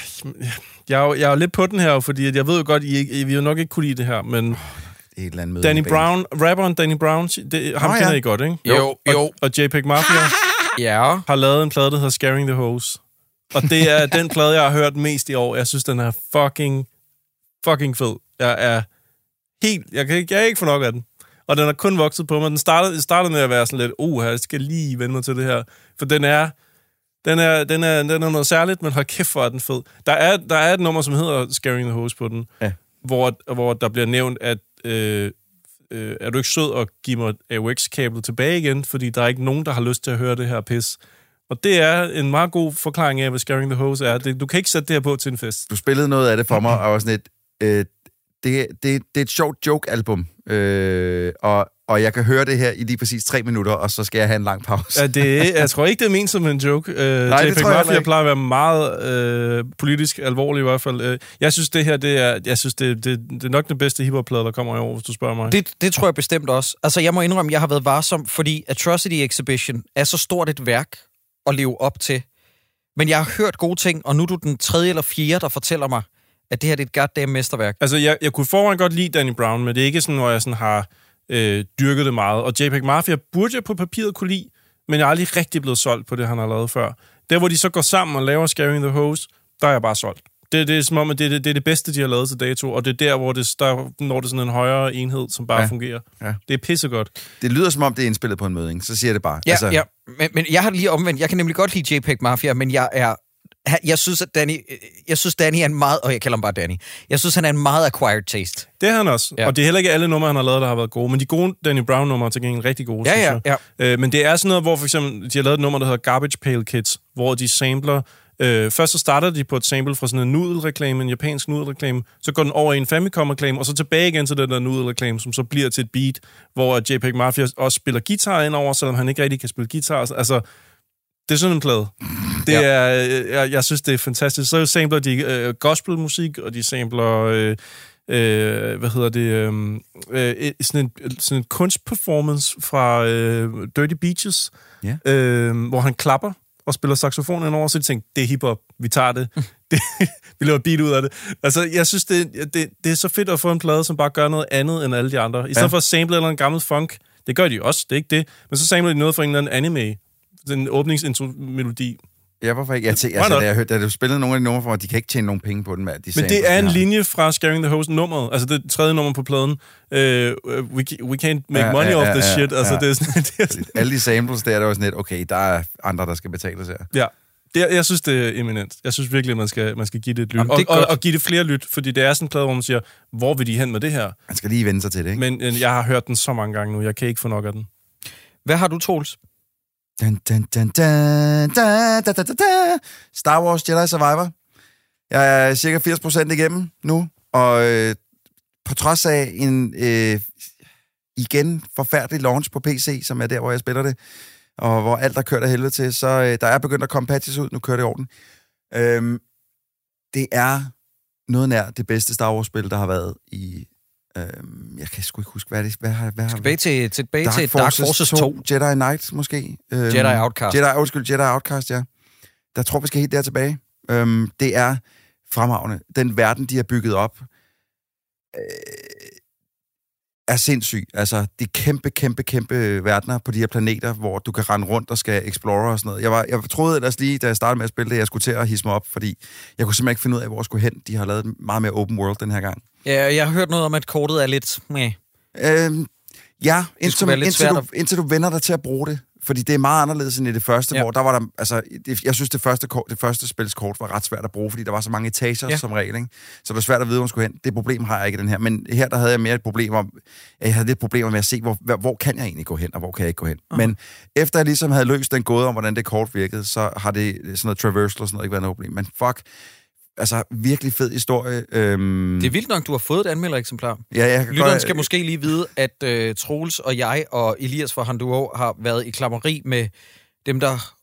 Jeg er, jo, jeg er jo lidt på den her, fordi jeg ved jo godt, I, I vil jo nok ikke kunne lide det her, men... Oh, et eller andet Danny Brown, rapperen Danny Brown, det, ham oh, kender ja. I godt, ikke? Jo, jo. Og, og J P E G Mafia ja. har lavet en plade, der hedder Scaring the Hose. Og det er den plade, jeg har hørt mest i år. Jeg synes, den er fucking, fucking fed. Jeg er helt... Jeg kan, jeg kan ikke få nok af den. Og den er kun vokset på mig. Den startede, startede med at være sådan lidt, uh, jeg skal lige vende mig til det her. For den er... Den er, den, er, den er noget særligt, men hold kæft, hvor er den fed. Der er, der er et nummer, som hedder Scaring the Hose på den, ja. hvor, hvor der bliver nævnt, at øh, øh, er du ikke sød at give mig A U X-kablet tilbage igen, fordi der er ikke nogen, der har lyst til at høre det her pis. Og det er en meget god forklaring af, hvad Scaring the Hose er. Det, du kan ikke sætte det her på til en fest. Du spillede noget af det for mig, og var sådan et... Øh, det, det, det er et sjovt joke-album, øh, og Og jeg kan høre det her i lige præcis tre minutter, og så skal jeg have en lang pause. Ja, det, jeg tror ikke, det er ment som en joke. Uh, Nej, J P E G Mafia plejer at være meget uh, politisk alvorlig i hvert fald. Uh, jeg synes, det her det er, jeg synes, det, det, det er nok den bedste hiphop-plade, der kommer i år, hvis du spørger mig. Det, det tror jeg bestemt også. Altså, jeg må indrømme, jeg har været varsom, fordi Atrocity Exhibition er så stort et værk at leve op til. Men jeg har hørt gode ting, og nu er du den tredje eller fjerde, der fortæller mig, at det her det er et goddamn mesterværk. Altså, jeg, jeg kunne forvejen godt lide Danny Brown, men det er ikke sådan, hvor jeg sådan har øh, dyrket det meget. Og J P E G Mafia burde jeg på papiret kunne lide, men jeg er aldrig rigtig blevet solgt på det, han har lavet før. Der, hvor de så går sammen og laver Scaring the Hose, der er jeg bare solgt. Det, det er som om, at det, det, det er det bedste, de har lavet til dato, og det er der, hvor det, der når det sådan en højere enhed, som bare ja. fungerer. Ja. Det er pissegodt. Det lyder som om, det er indspillet på en møde, ikke? Så siger jeg det bare. Ja, altså... ja. Men, men jeg har lige omvendt. Jeg kan nemlig godt lide J P E G Mafia, men jeg er... Jeg synes, at Danny... Jeg synes, Danny er en meget... Og jeg kalder ham bare Danny. Jeg synes, han er en meget acquired taste. Det er han også. Ja. Og det er heller ikke alle numre, han har lavet, der har været gode. Men de gode Danny Brown-numre er til gengæld rigtig gode, ja, synes ja, jeg. Ja. Øh, men det er sådan noget, hvor for eksempel, de har lavet et nummer, der hedder Garbage Pail Kids, hvor de sampler... Øh, først så starter de på et sample fra sådan en nudelreklame, en japansk nudelreklame, så går den over i en Famicom-reklame, og så tilbage igen til den der nudelreklame, som så bliver til et beat, hvor J P E G Mafia også spiller guitar ind over, selvom han ikke rigtig kan spille guitar. Altså, det er sådan en plade. Det ja. er, jeg, jeg synes, det er fantastisk. Så sampler de øh, gospelmusik, og de sampler, øh, øh, hvad hedder det, øh, øh, sådan, en, sådan en kunstperformance fra øh, Dirty Beaches, ja. øh, hvor han klapper og spiller saxofon ind over, så de tænkte, det er hiphop, vi tager det. det vi laver beat ud af det. Altså, jeg synes, det, det, det er så fedt at få en plade, som bare gør noget andet end alle de andre. I stedet ja. for at sample eller en gammel funk, det gør de også, det er ikke det, men så samler de noget fra en eller anden anime, den åbningsintro-melodi. Ja, hvorfor ikke? Jeg tænker, altså, da jeg hørte, da du spillede nogle af de numre for, de kan ikke tjene nogen penge på den, med, de men det er en linje fra Scaring the Hose-nummeret, altså det tredje nummer på pladen. Uh, we, we can't make ja, money ja, off ja, this ja, shit. Ja. Altså, det er sådan, det er sådan. Alle de samples der, der var sådan lidt, okay, der er andre, der skal betales her. Ja, det, jeg synes, det er eminent. Jeg synes virkelig, man skal, man skal give det et lyt. Jamen, det og, og, og give det flere lyt, fordi det er sådan en plade, hvor man siger, hvor vil de hen med det her? Man skal lige vende sig til det, ikke? Men jeg har hørt den så mange gange nu, jeg kan ikke få nok af den. Hvad har du, Troels? Dun, dun, dun, dun, dun, dun, dun, dun. Star Wars Jedi Survivor. Jeg er cirka firs procent igennem nu, og øh, på trods af en øh, igen forfærdelig launch på P C, som er der, hvor jeg spiller det, og hvor alt er kørt af helvede til, så øh, der er begyndt at komme patches ud, nu kører det i orden. Øhm, det er noget nær det bedste Star Wars-spil, der har været i Øhm, jeg kan sgu ikke huske, hvad er det? Hvad har, hvad har Tilbage til, tilbage Dark til Forces, Dark Forces to. Jedi Knight, måske. Øhm, Jedi Outcast. Jedi, undskyld, Jedi Outcast, ja. Der tror vi skal helt der tilbage. Øhm, det er fremragende. Den verden, de har bygget op, øh, er sindssyg. Altså, de kæmpe, kæmpe, kæmpe verdener på de her planeter, hvor du kan rende rundt og skal explore og sådan noget. Jeg, var, jeg troede ellers lige, da jeg startede med at spille det, jeg skulle til at hisse mig op, fordi jeg kunne simpelthen ikke finde ud af, hvor jeg skulle hen. De har lavet meget mere open world den her gang. Ja, jeg har hørt noget om, at kortet er lidt... Meh. Øhm, ja, indtil, indtil, svært du, at... indtil du vender dig til at bruge det. Fordi det er meget anderledes end i det første, ja. Hvor der var der... Altså, det, jeg synes, det første, kort, det første spilskort var ret svært at bruge, fordi der var så mange etager ja. Som regel, ikke? Så det var svært at vide, hvor man skulle hen. Det problem har jeg ikke i den her. Men her, der havde jeg mere et problem om... Jeg havde lidt problemer med at se, hvor, hvor, hvor kan jeg egentlig gå hen, og hvor kan jeg ikke gå hen. Uh-huh. Men efter jeg ligesom havde løst den gåde om, hvordan det kort virkede, så har det sådan noget traversal og sådan noget ikke været noget problem. Men fuck... Altså, virkelig fed historie. Øhm... Det er vildt nok, du har fået et anmeldereksemplar. Ja, jeg kan Lytteren godt... skal måske lige vide, at uh, Troels og jeg og Elias fra Handuo har været i klammeri med dem, der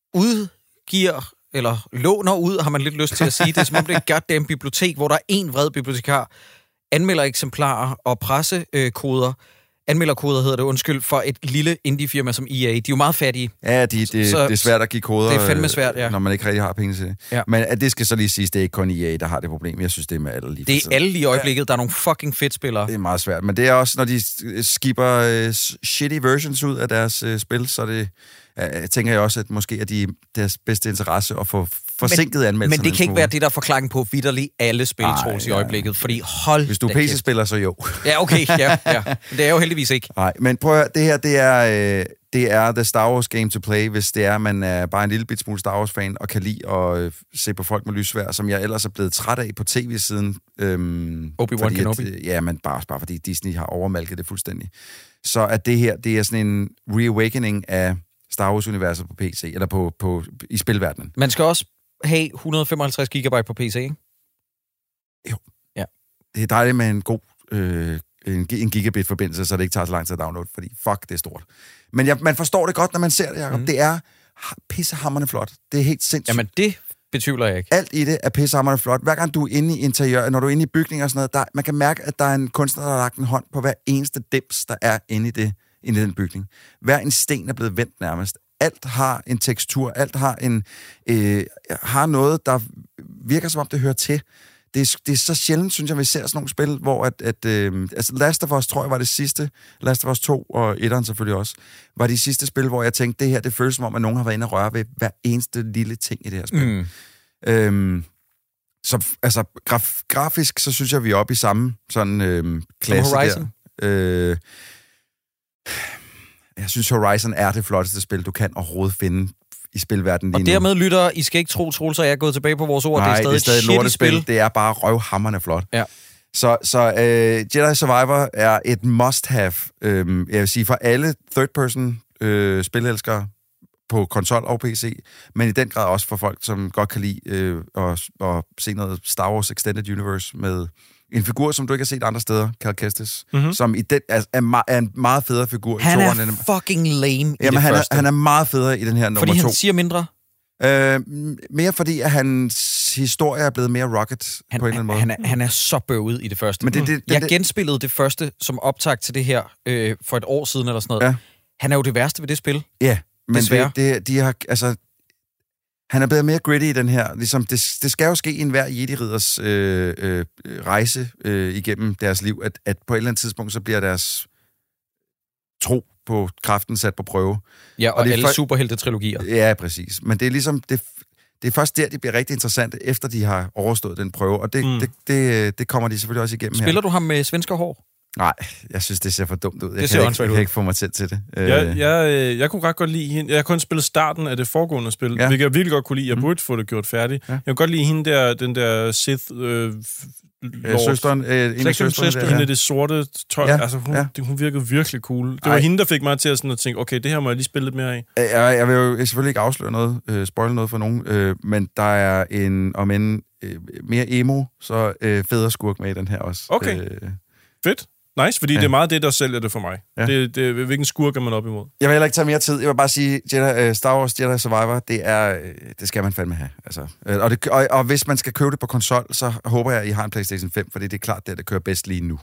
udgiver, eller låner ud, har man lidt lyst til at sige. Det er som om det er et goddamn bibliotek, hvor der er en vred bibliotekar, anmeldereksemplarer og pressekoder, anmelderkoder hedder det, undskyld, for et lille indie-firma som E A. De er jo meget fattige. Ja, de, de, så, det er svært at give koder, det er fandme svært, ja. Når man ikke rigtig har penge til det. Ja. Men at det skal så lige siges, det er ikke kun E A, der har det problem. Jeg synes, det er med alle lige. Det er alle lige i øjeblikket. Ja. Der er nogle fucking fedt spillere. Det er meget svært. Men det er også, når de skipper uh, shitty versions ud af deres uh, spil, så det... Jeg tænker jeg også, at måske er de deres bedste interesse at få forsinket anmeldelser. Men det kan ikke være det, der er forklaring på vitterligt alle spil, Troels, i øjeblikket. Fordi hold... Hvis du er P C-spiller, så jo. Ja, okay. Ja, ja. Det er jo heldigvis ikke. Nej, men prøv at høre, det her, det er, øh, det er The Star Wars game to play, hvis det er, man er bare en lille bit smule Star Wars-fan og kan lide at øh, se på folk med lyssvær, som jeg ellers er blevet træt af på tv-siden. Øhm, Obi-Wan Kenobi. At, ja, men bare, bare fordi Disney har overmalket det fuldstændig. Så at det her, det er sådan en reawakening af Star Wars-universet på P C, eller på, på, i spilverdenen. Man skal også have et hundrede og femoghalvtreds gigabyte på P C, ikke? Jo. Ja. Det er dejligt med en god øh, en, en gigabit-forbindelse, så det ikke tager så lang tid at downloade, fordi fuck, det er stort. Men jeg, man forstår det godt, når man ser det, Jacob. Mm. Det er pissehammerende flot. Det er helt sindssygt. Jamen, det betvivler jeg ikke. Alt i det er pissehammerende flot. Hver gang du er inde i interiør, når du er inde i bygninger og sådan noget, der, man kan mærke, at der er en kunstner, der har lagt en hånd på hver eneste dims, der er inde i det. Inde i den bygning. Hver en sten er blevet vendt nærmest. Alt har en tekstur, alt har en øh, har noget, der virker som om det hører til. Det er, det er så sjældent, synes jeg, vi ser sådan nogle spil, hvor at, at øh, altså Last of Us, tror jeg, var det sidste, Last of Us to og etteren selvfølgelig også, var de sidste spil, hvor jeg tænkte, det her, det føles som om, at nogen har været inde og røre ved hver eneste lille ting i det her spil. Mm. Øhm, så altså, graf, grafisk, så synes jeg, vi er oppe i samme sådan øh, klasse som Horizon. Der. Øh, Jeg synes, Horizon er det flotteste spil, du kan overhovedet finde i spilverdenen lige nu. Og dermed, lytter, I skal ikke tro, Troels, at jeg er gået tilbage på vores ord. Nej, det er stadig, det er stadig et lortespil. spil. Det er bare røvhamrende flot. Ja. Så, så uh, Jedi Survivor er et must-have, øhm, jeg vil sige, for alle third-person øh, spilelskere på konsol og P C, men i den grad også for folk, som godt kan lide øh, at, at se noget Star Wars Extended Universe med en figur, som du ikke har set andre steder, Cal Kestis, mm-hmm. som i den, er, er, er en meget federe figur. Han i er toren, fucking lame i jamen, det han første. Er, han er meget federe i den her nummer to. Fordi han siger mindre? Øh, mere fordi, at hans historie er blevet mere rocket han, på en eller anden måde. Han er, han er så bøvet i det første. Men det, det, det, jeg det, genspillede det første som optakt til det her øh, for et år siden eller sådan noget. Ja. Han er jo det værste ved det spil. Ja, men det, det, de har, altså, han er blevet mere gritty i den her. Ligesom, det, det skal jo ske i enhver Jedi-ridders øh, øh, rejse øh, igennem deres liv, at, at på et eller andet tidspunkt, så bliver deres tro på kraften sat på prøve. Ja, og, og alle for... superhelte-trilogier. Ja, præcis. Men det er ligesom, det, det er først der, de bliver rigtig interessante, efter de har overstået den prøve, og det, mm. det, det, det kommer de selvfølgelig også igennem. Spiller her. du ham med svensker hår? Nej, jeg synes, det ser for dumt ud. Jeg det kan, ikke, jeg kan ikke få mig til til det. Jeg, jeg, jeg kunne ret godt lide hende. Jeg har kun spillet starten af det foregående spil, ja. hvilket jeg virkelig godt kunne lide. Jeg burde få det gjort færdigt. Ja. Jeg kunne godt lide hende der, den der Sith... Øh, Lord. Søsteren, øh, en af søsteren, søster, hende det sorte tøj, ja, altså hun, ja. det, hun virkede virkelig cool. Det var Ej. hende, der fik mig til at, sådan at tænke, okay, det her må jeg lige spille lidt mere af. Jeg, jeg vil jo selvfølgelig ikke afsløre noget, øh, spoile noget for nogen, øh, men der er en, om end øh, mere emo, så øh, federe skurk med i den her også. Okay, øh, fedt. Nice, fordi ja. det er meget det, der sælger det for mig. Ja. Det, det, hvilken skurk er man op imod? Jeg vil heller ikke tage mere tid. Jeg vil bare sige, Jedi, uh, Star Wars Jedi Survivor, det er, det skal man fandme have. Altså, uh, og, det, og, og hvis man skal købe det på konsol, så håber jeg, at I har en PlayStation fem, fordi det er klart, det, det kører bedst lige nu.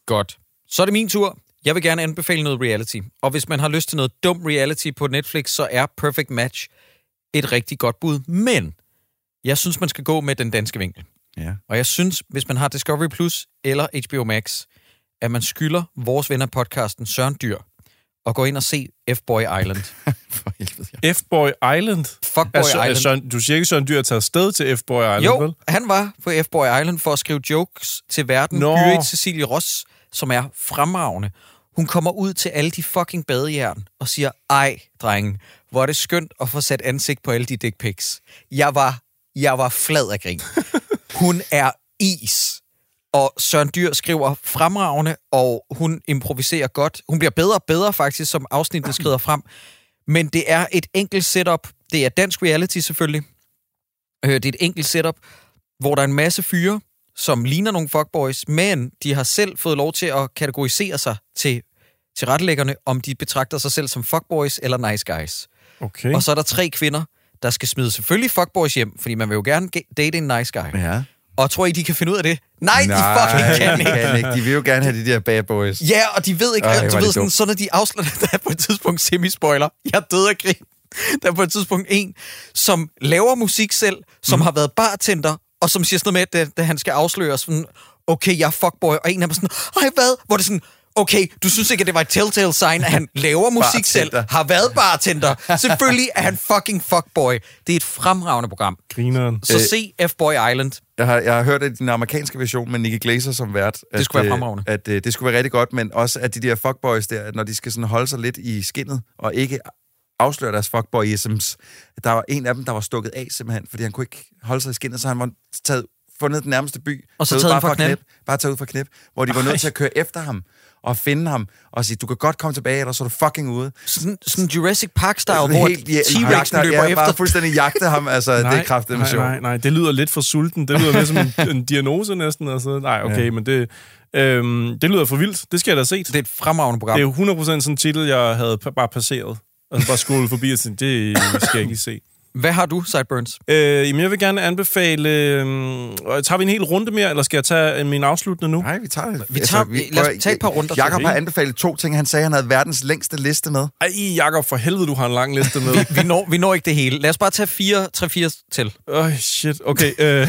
Godt. Så er det min tur. Jeg vil gerne anbefale noget reality. Og hvis man har lyst til noget dum reality på Netflix, så er Perfect Match et rigtig godt bud. Men jeg synes, man skal gå med den danske vinkel. Ja. Og jeg synes, hvis man har Discovery Plus eller H B O Max, at man skylder vores venner podcasten Søren Dyr og gå ind og se F-Boy Island. For helvede, ja. F-Boy Island? Fuckboy altså, Island. Søren, du siger ikke, Søren Dyr tager afsted til F-Boy Island, jo, vel? han var på F-Boy Island for at skrive jokes til verden. Nå. Gyrit Cecilie Ross, som er fremragende. Hun kommer ud til alle de fucking badejern og siger, ej, drenge, hvor er det skønt at få sat ansigt på alle de dick pics. Jeg var, jeg var flad af grin. Hun er is. Og Søren Dyr skriver fremragende, og hun improviserer godt. Hun bliver bedre og bedre faktisk, som afsnittet skrider frem. Men det er et enkelt setup. Det er dansk reality selvfølgelig. Det er et enkelt setup, hvor der er en masse fyre, som ligner nogle fuckboys, men de har selv fået lov til at kategorisere sig til, til rettelæggerne, om de betragter sig selv som fuckboys eller nice guys. Okay. Og så er der tre kvinder, der skal smide selvfølgelig fuckboys hjem, fordi man vil jo gerne date en nice guy. Ja. Og tror I, de kan finde ud af det? Nej, Nej, de fucking kan de ikke. kan ikke. De vil jo gerne have de der bad boys. Ja, og de ved ikke, Ej, Ej, hvor du er ved det sådan, dumt. så når de afslører, der er på et tidspunkt semi-spoiler. Jeg døde af grin. Der er på et tidspunkt en, som laver musik selv, som mm. har været bartender, og som siger sådan noget med, at, at han skal afsløre sådan, okay, jeg er fuckboy, og en af dem er sådan, ej hvad? Hvor det sådan, okay, du synes ikke, at det var et telltale sign, at han laver musik Bartender. selv, har været bartender. Selvfølgelig er han fucking fuckboy. Det er et fremragende program. Grineren. Så se F-Boy Island. Jeg har, jeg har hørt, at den amerikanske version med Nikki Glaser som vært, at, Det skulle være øh, fremragende. At, at det skulle være rigtig godt, men også at de der fuckboys der, når de skal sådan holde sig lidt i skinnet, og ikke afsløre deres fuckboyisms. Der var en af dem, der var stukket af simpelthen, fordi han kunne ikke holde sig i skinnet, så han var taget, fundet den nærmeste by. Og så taget taget ud den fra bare knæp. Bare taget ud fra knæp, hvor de var nødt til at køre efter ham og finde ham og sige, du kan godt komme tilbage, eller så er du fucking ude. Sådan, sådan Jurassic Park-style, Sådan hvor helt, ja, T-Rexen jagter, løber ja, bare efter. fuldstændig jagte ham, altså Nej, det er kraftigt med nej, sjov. nej, nej, det lyder lidt for sulten. Det lyder lidt som en, en diagnose næsten. Altså. Nej, okay, ja. men det, øhm, det lyder for vildt. Det skal jeg da se. Det er et fremragende program. Det er jo hundrede procent sådan en titel, jeg havde p- bare passeret. Altså bare scrollet forbi og sådan, det skal jeg ikke se. Hvad har du, Sideburns? Øh, jamen, jeg vil gerne anbefale... Øh, tager vi en hel runde mere, eller skal jeg tage min afsluttende nu? Nej, vi tager det. Vi tager, altså, lad os tage et par runder. Jakob har anbefalet to ting. Han sagde, han havde verdens længste liste med. Ej, Jakob, for helvede, du har en lang liste med. vi, vi, når, vi når ikke det hele. Lad os bare tage fire, tre, fire til. Øj, shit. Okay. Øh.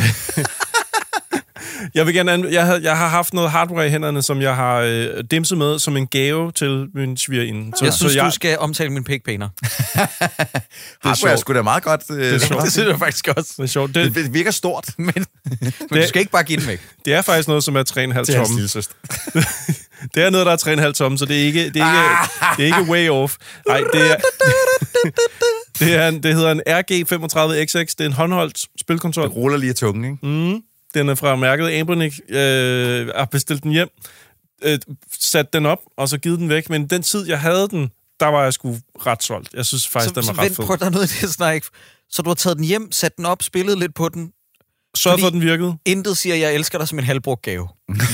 Jeg vil gerne anbe- jeg, har, jeg har haft noget hardware i hænderne, som jeg har øh, dimset med som en gave til min svigerinde. Så, jeg synes, jeg... du skal omtale min pæk pæner. Hardware er sgu da meget godt. Det er sjovt. Det synes jeg faktisk også. Det er sjovt. Det, Det virker stort. Men, men du skal ikke bare give den væk. det er faktisk noget, som er tre komma fem Til hans tomme. lille søster. Det er noget, der er tre komma fem tomme, så det er ikke, det er ikke, det er ikke way off. Nej, det er... Det, er en, det hedder en R G femogtredive X X. Det er en håndholdt spilkonsol. Det ruller lige af tungen, ikke? Mm. Den er fra mærket Ambronic. Øh, jeg har bestilt den hjem, øh, sat den op, og så givet den væk. Men den tid, jeg havde den, der var jeg sgu ret solgt. Jeg synes faktisk, Så, den så var ret vent fed. på, der er noget i det snak. Så du har taget den hjem, sat den op, spillet lidt på den. Sørg for, fordi- den virkede. Intet siger, jeg elsker dig som en halvbrugt gave.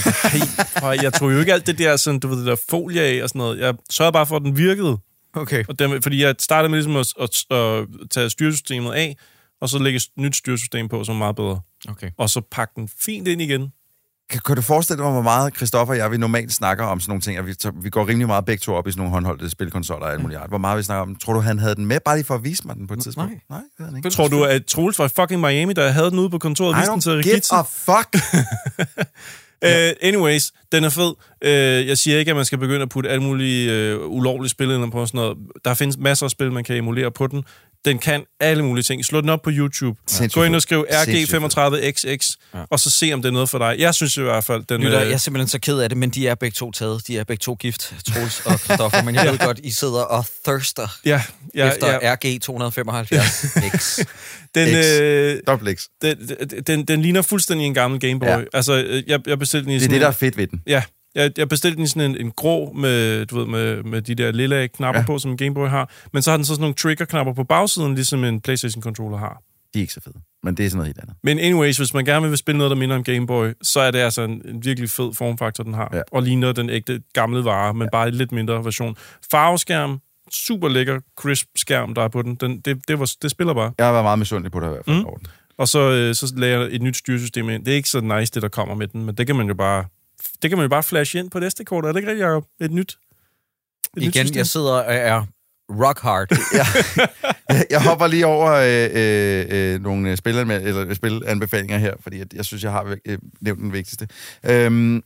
Og jeg tror jo ikke alt det der, sådan, du ved, det der folie af og sådan noget. Jeg sørgede bare for, at den virkede. Okay. Og den, fordi jeg startede med ligesom at, at, at tage styresystemet af, og så lægge et nyt styresystem på, som er meget bedre. Okay. Og så pakke den fint ind igen. Kan, kan du forestille dig, hvor meget Christoffer og jeg, vi normalt snakker om sådan nogle ting, og vi, så, vi går rimelig meget begge to op i sådan nogle håndholdte spilkonsoller og alt muligt. Hvor meget vi snakker om. Tror du, han havde den med, bare lige for at vise mig den på et tidspunkt? Nej. Nej, det havde han ikke. Tror du, at Troels var i fucking Miami, der havde den ude på kontoret og I viste den til don't give Rikitsen? a fuck. Uh, anyways, den er fed. Uh, jeg siger ikke, at man skal begynde at putte alle mulige uh, ulovlige spil ind på sådan noget. Der findes masser af spil, man kan emulere på den. Den kan alle mulige ting. Slå den op på YouTube. Sindssygt Gå ind fed. og skriv R G Sindssygt femogtredive X X, Ja. og så se, om det er noget for dig. Jeg synes i hvert fald, den... Lytter, øh, jeg er simpelthen så ked af det, men de er begge to taget. De er begge to gift, Troels og Christoffer. Men jeg ved godt, I sidder og thirster ja, ja, efter ja. R G to femoghalvfjerds X. Den, X. øh, Dobbelt X. den, den, den ligner fuldstændig en gammel Game Boy. Ja. Altså, øh, jeg, jeg bestilte den i Det er sådan det, der er en- fedt ved den. Ja, jeg, jeg bestilte den i sådan en, en grå med, du ved, med, med de der lille knapper Ja. ja. på, som en Game Boy har. Men så har den så sådan nogle trigger-knapper på bagsiden, ligesom en PlayStation-controller har. De er ikke så fede, men det er sådan noget helt andet. Men anyways, hvis man gerne vil spille noget, der minder om Game Boy, så er det altså en, en virkelig fed formfaktor, den har. Ja. Og ligner den ægte gamle vare, men bare i lidt mindre version. Farveskærm, super lækker crisp skærm, der er på den. den det, det, var, det spiller bare. Jeg har været meget misundelig på det i hvert fald. Mm. Mm. Og så, øh, så lagde jeg et nyt styresystem ind. Det er ikke så nice, det der kommer med den, men det kan man jo bare det kan man jo bare flashe ind på det S D-kort. Er det ikke rigtigt, Jacob? Et nyt? Et Igen, nyt jeg sidder og er rock hard. Ja. jeg, jeg hopper lige over øh, øh, øh, nogle spil, eller spilanbefalinger her, fordi jeg, jeg synes, jeg har øh, nævnt den vigtigste. Øhm,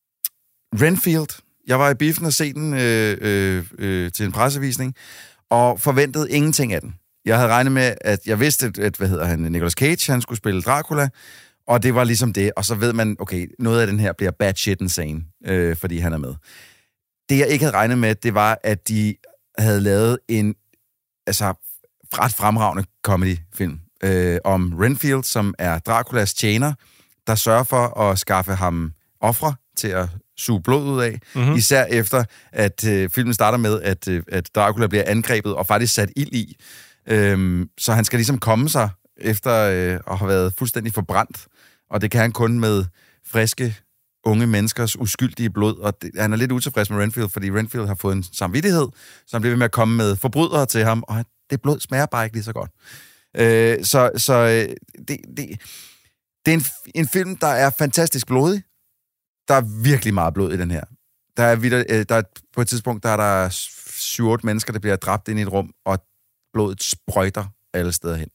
Renfield. Jeg var i biffen og se den øh, øh, øh, til en pressevisning, og forventede ingenting af den. Jeg havde regnet med, at jeg vidste, at, at hvad hedder han, Nicolas Cage, han skulle spille Dracula, og det var ligesom det. Og så ved man, okay, noget af den her bliver bad shit insane, øh, fordi han er med. Det, jeg ikke havde regnet med, det var, at de havde lavet en altså, ret fremragende comedy-film øh, om Renfield, som er Draculas tjener, der sørger for at skaffe ham ofre til at suge blod ud af. Mm-hmm. Især efter, at øh, filmen starter med, at, øh, at Dracula bliver angrebet og faktisk sat ild i. Øhm, så han skal ligesom komme sig efter øh, at have været fuldstændig forbrændt. Og det kan han kun med friske, unge menneskers uskyldige blod. Og det, han er lidt utilfreds med Renfield, fordi Renfield har fået en samvittighed, så han bliver ved med at komme med forbrydere til ham, og det blod smager bare ikke lige så godt. Øh, så så øh, det, det, det er en, en film, der er fantastisk blodig. Der er virkelig meget blod i den her. Der er, videre, der er på et tidspunkt, der er der syv otte mennesker, der bliver dræbt ind i et rum, og blodet sprøjter alle steder hen.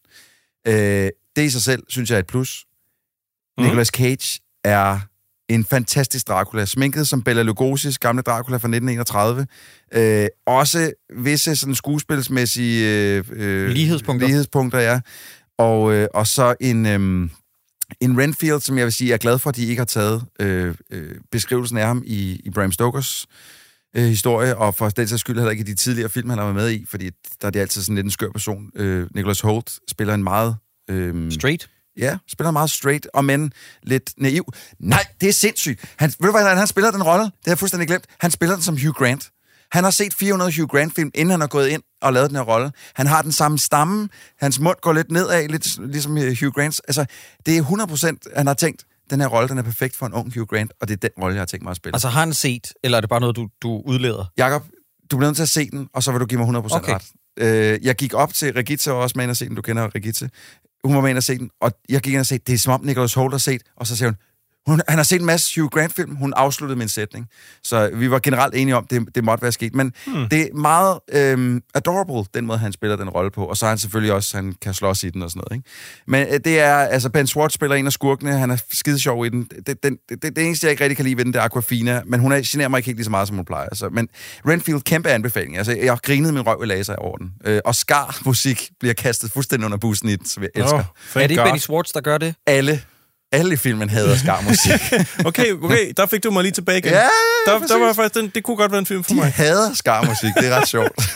Øh, det i sig selv, synes jeg, er et plus. Mm. Nicolas Cage er en fantastisk Dracula, sminket som Bela Lugosi's gamle Dracula fra nitten enogtredive. Øh, også visse sådan skuespilsmæssige øh, lighedspunkter. lighedspunkter, ja. Og, øh, og så en... Øh, En Renfield, som jeg vil sige, er glad for, at de ikke har taget øh, øh, beskrivelsen af ham i, i Bram Stokers øh, historie, og for den sags skyld heller ikke i de tidligere film, han har været med i, fordi der er det altid sådan lidt en skør person. Øh, Nicholas Hoult spiller en meget... Øh, straight? Ja, spiller meget straight, og men lidt naiv. Nej, det er sindssygt. Han, ved du hvad, han spiller den rolle? Det har jeg fuldstændig glemt. Han spiller den som Hugh Grant. Han har set fire hundrede Hugh Grant-film, inden han har gået ind og lavet den her rolle. Han har den samme stamme. Hans mund går lidt nedad, lidt ligesom Hugh Grants. Altså, det er hundrede procent, han har tænkt, den her rolle, den er perfekt for en ung Hugh Grant, og det er den rolle, jeg har tænkt mig at spille. Altså, har han set, eller er det bare noget, du, du udleder? Jakob, du bliver nødt til at se den, og så vil du give mig hundrede procent okay. ret. Øh, jeg gik op til Regitze, og også med ind og se den. Du kender Regitze. Hun var med ind og se den, og jeg gik ind og se, det er som om Nicholas Hoult har set, og så siger hun, Hun, han har set en masse Hugh Grant-film. Hun afsluttede min sætning. Så vi var generelt enige om, det, det måtte være sket. Men hmm. det er meget øhm, adorable, den måde, han spiller den rolle på. Og så er han selvfølgelig også, han kan slås i den og sådan noget. Ikke? Men øh, det er, altså Ben Schwartz spiller en af skurkene. Han er skide sjov i den. Det, den, det, det, det eneste, jeg ikke rigtig kan lide ved den, det er Aquafina. Men hun er, generer mig ikke helt lige så meget, som hun plejer. Altså, men Renfield, kæmpe anbefaling. Altså, jeg har grinet min røv i laser over den. Øh, og Scar-musik bliver kastet fuldstændig under bussen i den, som jeg elsker. Oh, er det Benny Schwartz, der gør det? Alle. Alle i filmen hader Scar-musik. okay, okay, der fik du mig lige tilbage igen. Ja, ja, der, der var faktisk, den, det kunne godt være en film for De mig. De hader Scar-musik, det er ret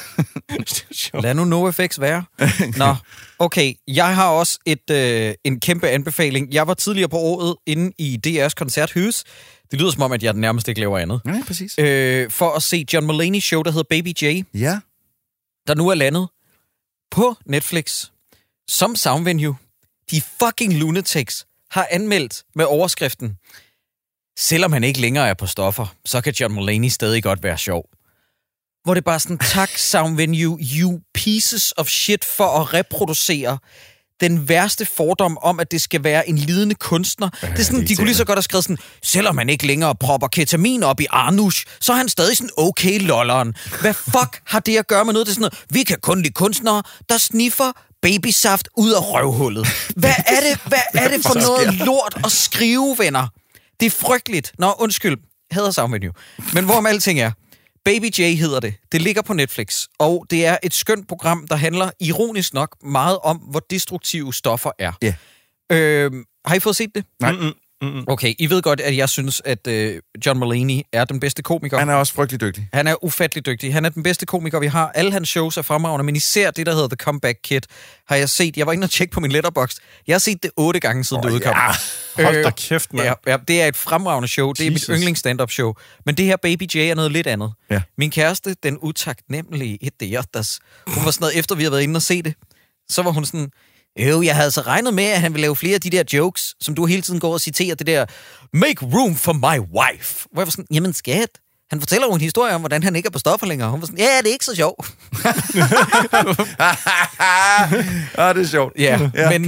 sjovt. Lad nu NoFX være. Nå, okay, jeg har også et, øh, en kæmpe anbefaling. Jeg var tidligere på året inde i D R's koncerthus. Det lyder som om, at jeg nærmest ikke laver andet. Ja, præcis. Øh, for at se John Mulaney's show, der hedder Baby J. Ja. Der nu er landet på Netflix som soundvenue. De fucking lunatics har anmeldt med overskriften: selvom han ikke længere er på stoffer, så kan John Mulaney stadig godt være sjov. Hvor det bare sådan, tak soundvenue, you pieces of shit, for at reproducere den værste fordom om, at det skal være en lidende kunstner. Øh, det er sådan, de kunne lige så godt have skrevet sådan, selvom man ikke længere propper ketamin op i Arnush, så er han stadig sådan okay lolleren. Hvad fuck har det at gøre med noget? Det er sådan noget, vi kan kun lide kunstnere, der sniffer babysaft ud af røvhullet. Hvad er det, hvad er det for noget lort at skrive, venner? Det er frygteligt. Nå, undskyld. Hader soundvenue. Men hvorom alting er, Baby J hedder det. Det ligger på Netflix, og det er et skønt program, der handler ironisk nok meget om, hvor destruktive stoffer er. Yeah. Øh, har I fået set det? Nej. Mm-mm. Mm-mm. Okay, I ved godt, at jeg synes, at øh, John Mulaney er den bedste komiker. Han er også frygtelig dygtig. Han er ufattelig dygtig. Han er den bedste komiker, vi har. Alle hans shows er fremragende, men især det, der hedder The Comeback Kid, har jeg set. Jeg var inde og tjekke på min Letterboxd. Jeg har set det otte gange siden oh, det udkom. Ja. Hold da kæft, mand. Ja, ja, det er et fremragende show. Det er Jesus. Mit yndlings stand-up show. Men det her Baby J er noget lidt andet. Ja. Min kæreste, den utaknemmelige idiotas, hun var sådan noget, efter vi havde været inde og se det, så var hun sådan, jo, jeg havde så regnet med, at han ville lave flere af de der jokes, som du hele tiden går og citerer, det der, make room for my wife. Hvor jeg var sådan, jamen skat, han fortæller jo en historie om, hvordan han ikke er på stoffer længere. Hun var sådan, ja, det er ikke så sjovt. ah, det er sjovt. Ja, ja men, øh,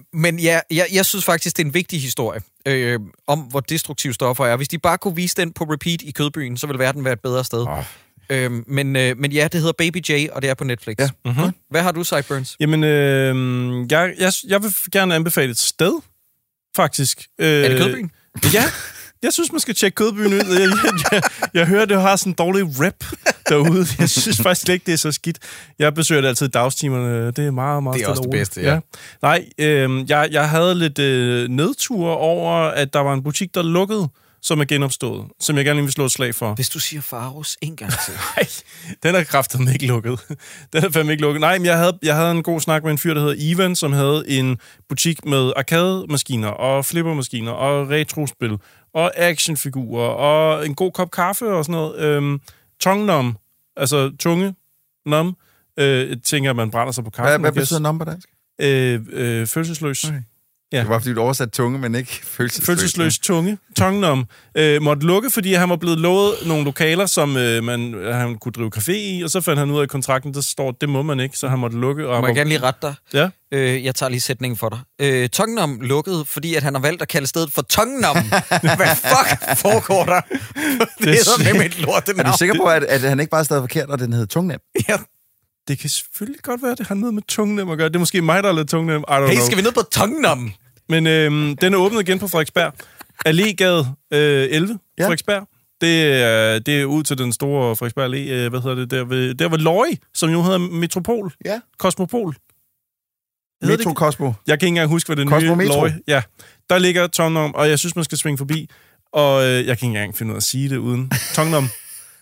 Men ja, jeg, jeg synes faktisk, det er en vigtig historie øh, om, hvor destruktive stoffer er. Hvis de bare kunne vise den på repeat i Kødbyen, så ville verden være et bedre sted. Oh. Øh, men, øh, men ja, det hedder Baby J, og det er på Netflix. Ja. Mm-hmm. Hvad har du, Sideburns? Jamen, øh, jeg, jeg, jeg vil gerne anbefale et sted, faktisk. Øh, Er det Kødbyen? Ja, jeg synes, man skal tjekke Kødbyen ud. Jeg, jeg, jeg, jeg hører, det har sådan en dårlig rap derude. Jeg synes faktisk ikke, det er så skidt. Jeg besøger det altid i dagstimerne. Det er meget, meget Det er også det bedste, ja. ja. Nej, øh, jeg, jeg havde lidt øh, nedtur over, at der var en butik, der lukkede, som er genopstået, som jeg gerne lige vil slå et slag for. Hvis du siger Faros en gang til. Nej, den er kraftedeme ikke lukket. Den er fandme ikke lukket. Nej, men jeg havde, jeg havde en god snak med en fyr, der hedder Ivan, som havde en butik med arcade-maskiner og flippermaskiner og retrospil og actionfigurer og en god kop kaffe og sådan noget. Øhm, tongnum, altså tunge, nom. Øh, jeg tænker, at man brænder sig på kaffe. Hvad, hvad betyder number dansk? Øh, øh, følelsesløs. Okay. Ja. Det var, fordi du oversatte tunge, men ikke følelsesløs. Følelsesløs tunge. Tongnum. Øh, måtte lukke, fordi han var blevet lovet nogle lokaler, som øh, man, han kunne drive café i, og så fandt han ud af i kontrakten, der står, det må man ikke, så han måtte lukke. Og Må var... jeg gerne lige rette dig? Ja. Øh, jeg tager lige sætningen for dig. Øh, Tongnum lukkede, fordi at han har valgt at kalde stedet for Tongnum. Hvad fuck foregår der? Det, det er så med et lortenavn. Er du sikker på, at, at han ikke bare er stadig forkert, og den hedder Tungnem? Ja. Det kan selvfølgelig godt være, at det har noget med tungnem at gøre. Det er måske mig, der er lidt tungnem. I don't Hey, know. skal vi ned på Tongnum? Men øhm, den er åbnet igen på Frederiksberg. Allégade øh, elleve, Ja. Frederiksberg. Det er, det er ud til den store Frederiksberg Allé. Øh, hvad hedder det? Der ved, der ved Løje, som jo hedder Metropol. Ja. Kosmopol. Hedder det Metro ikke? Cosmo. Jeg kan ikke engang huske, hvad det Cosmo nye Metro. Løje... Ja, der ligger Tongnum, og jeg synes, man skal svinge forbi. Og øh, jeg kan ikke engang finde ud af at sige det uden Tongnum.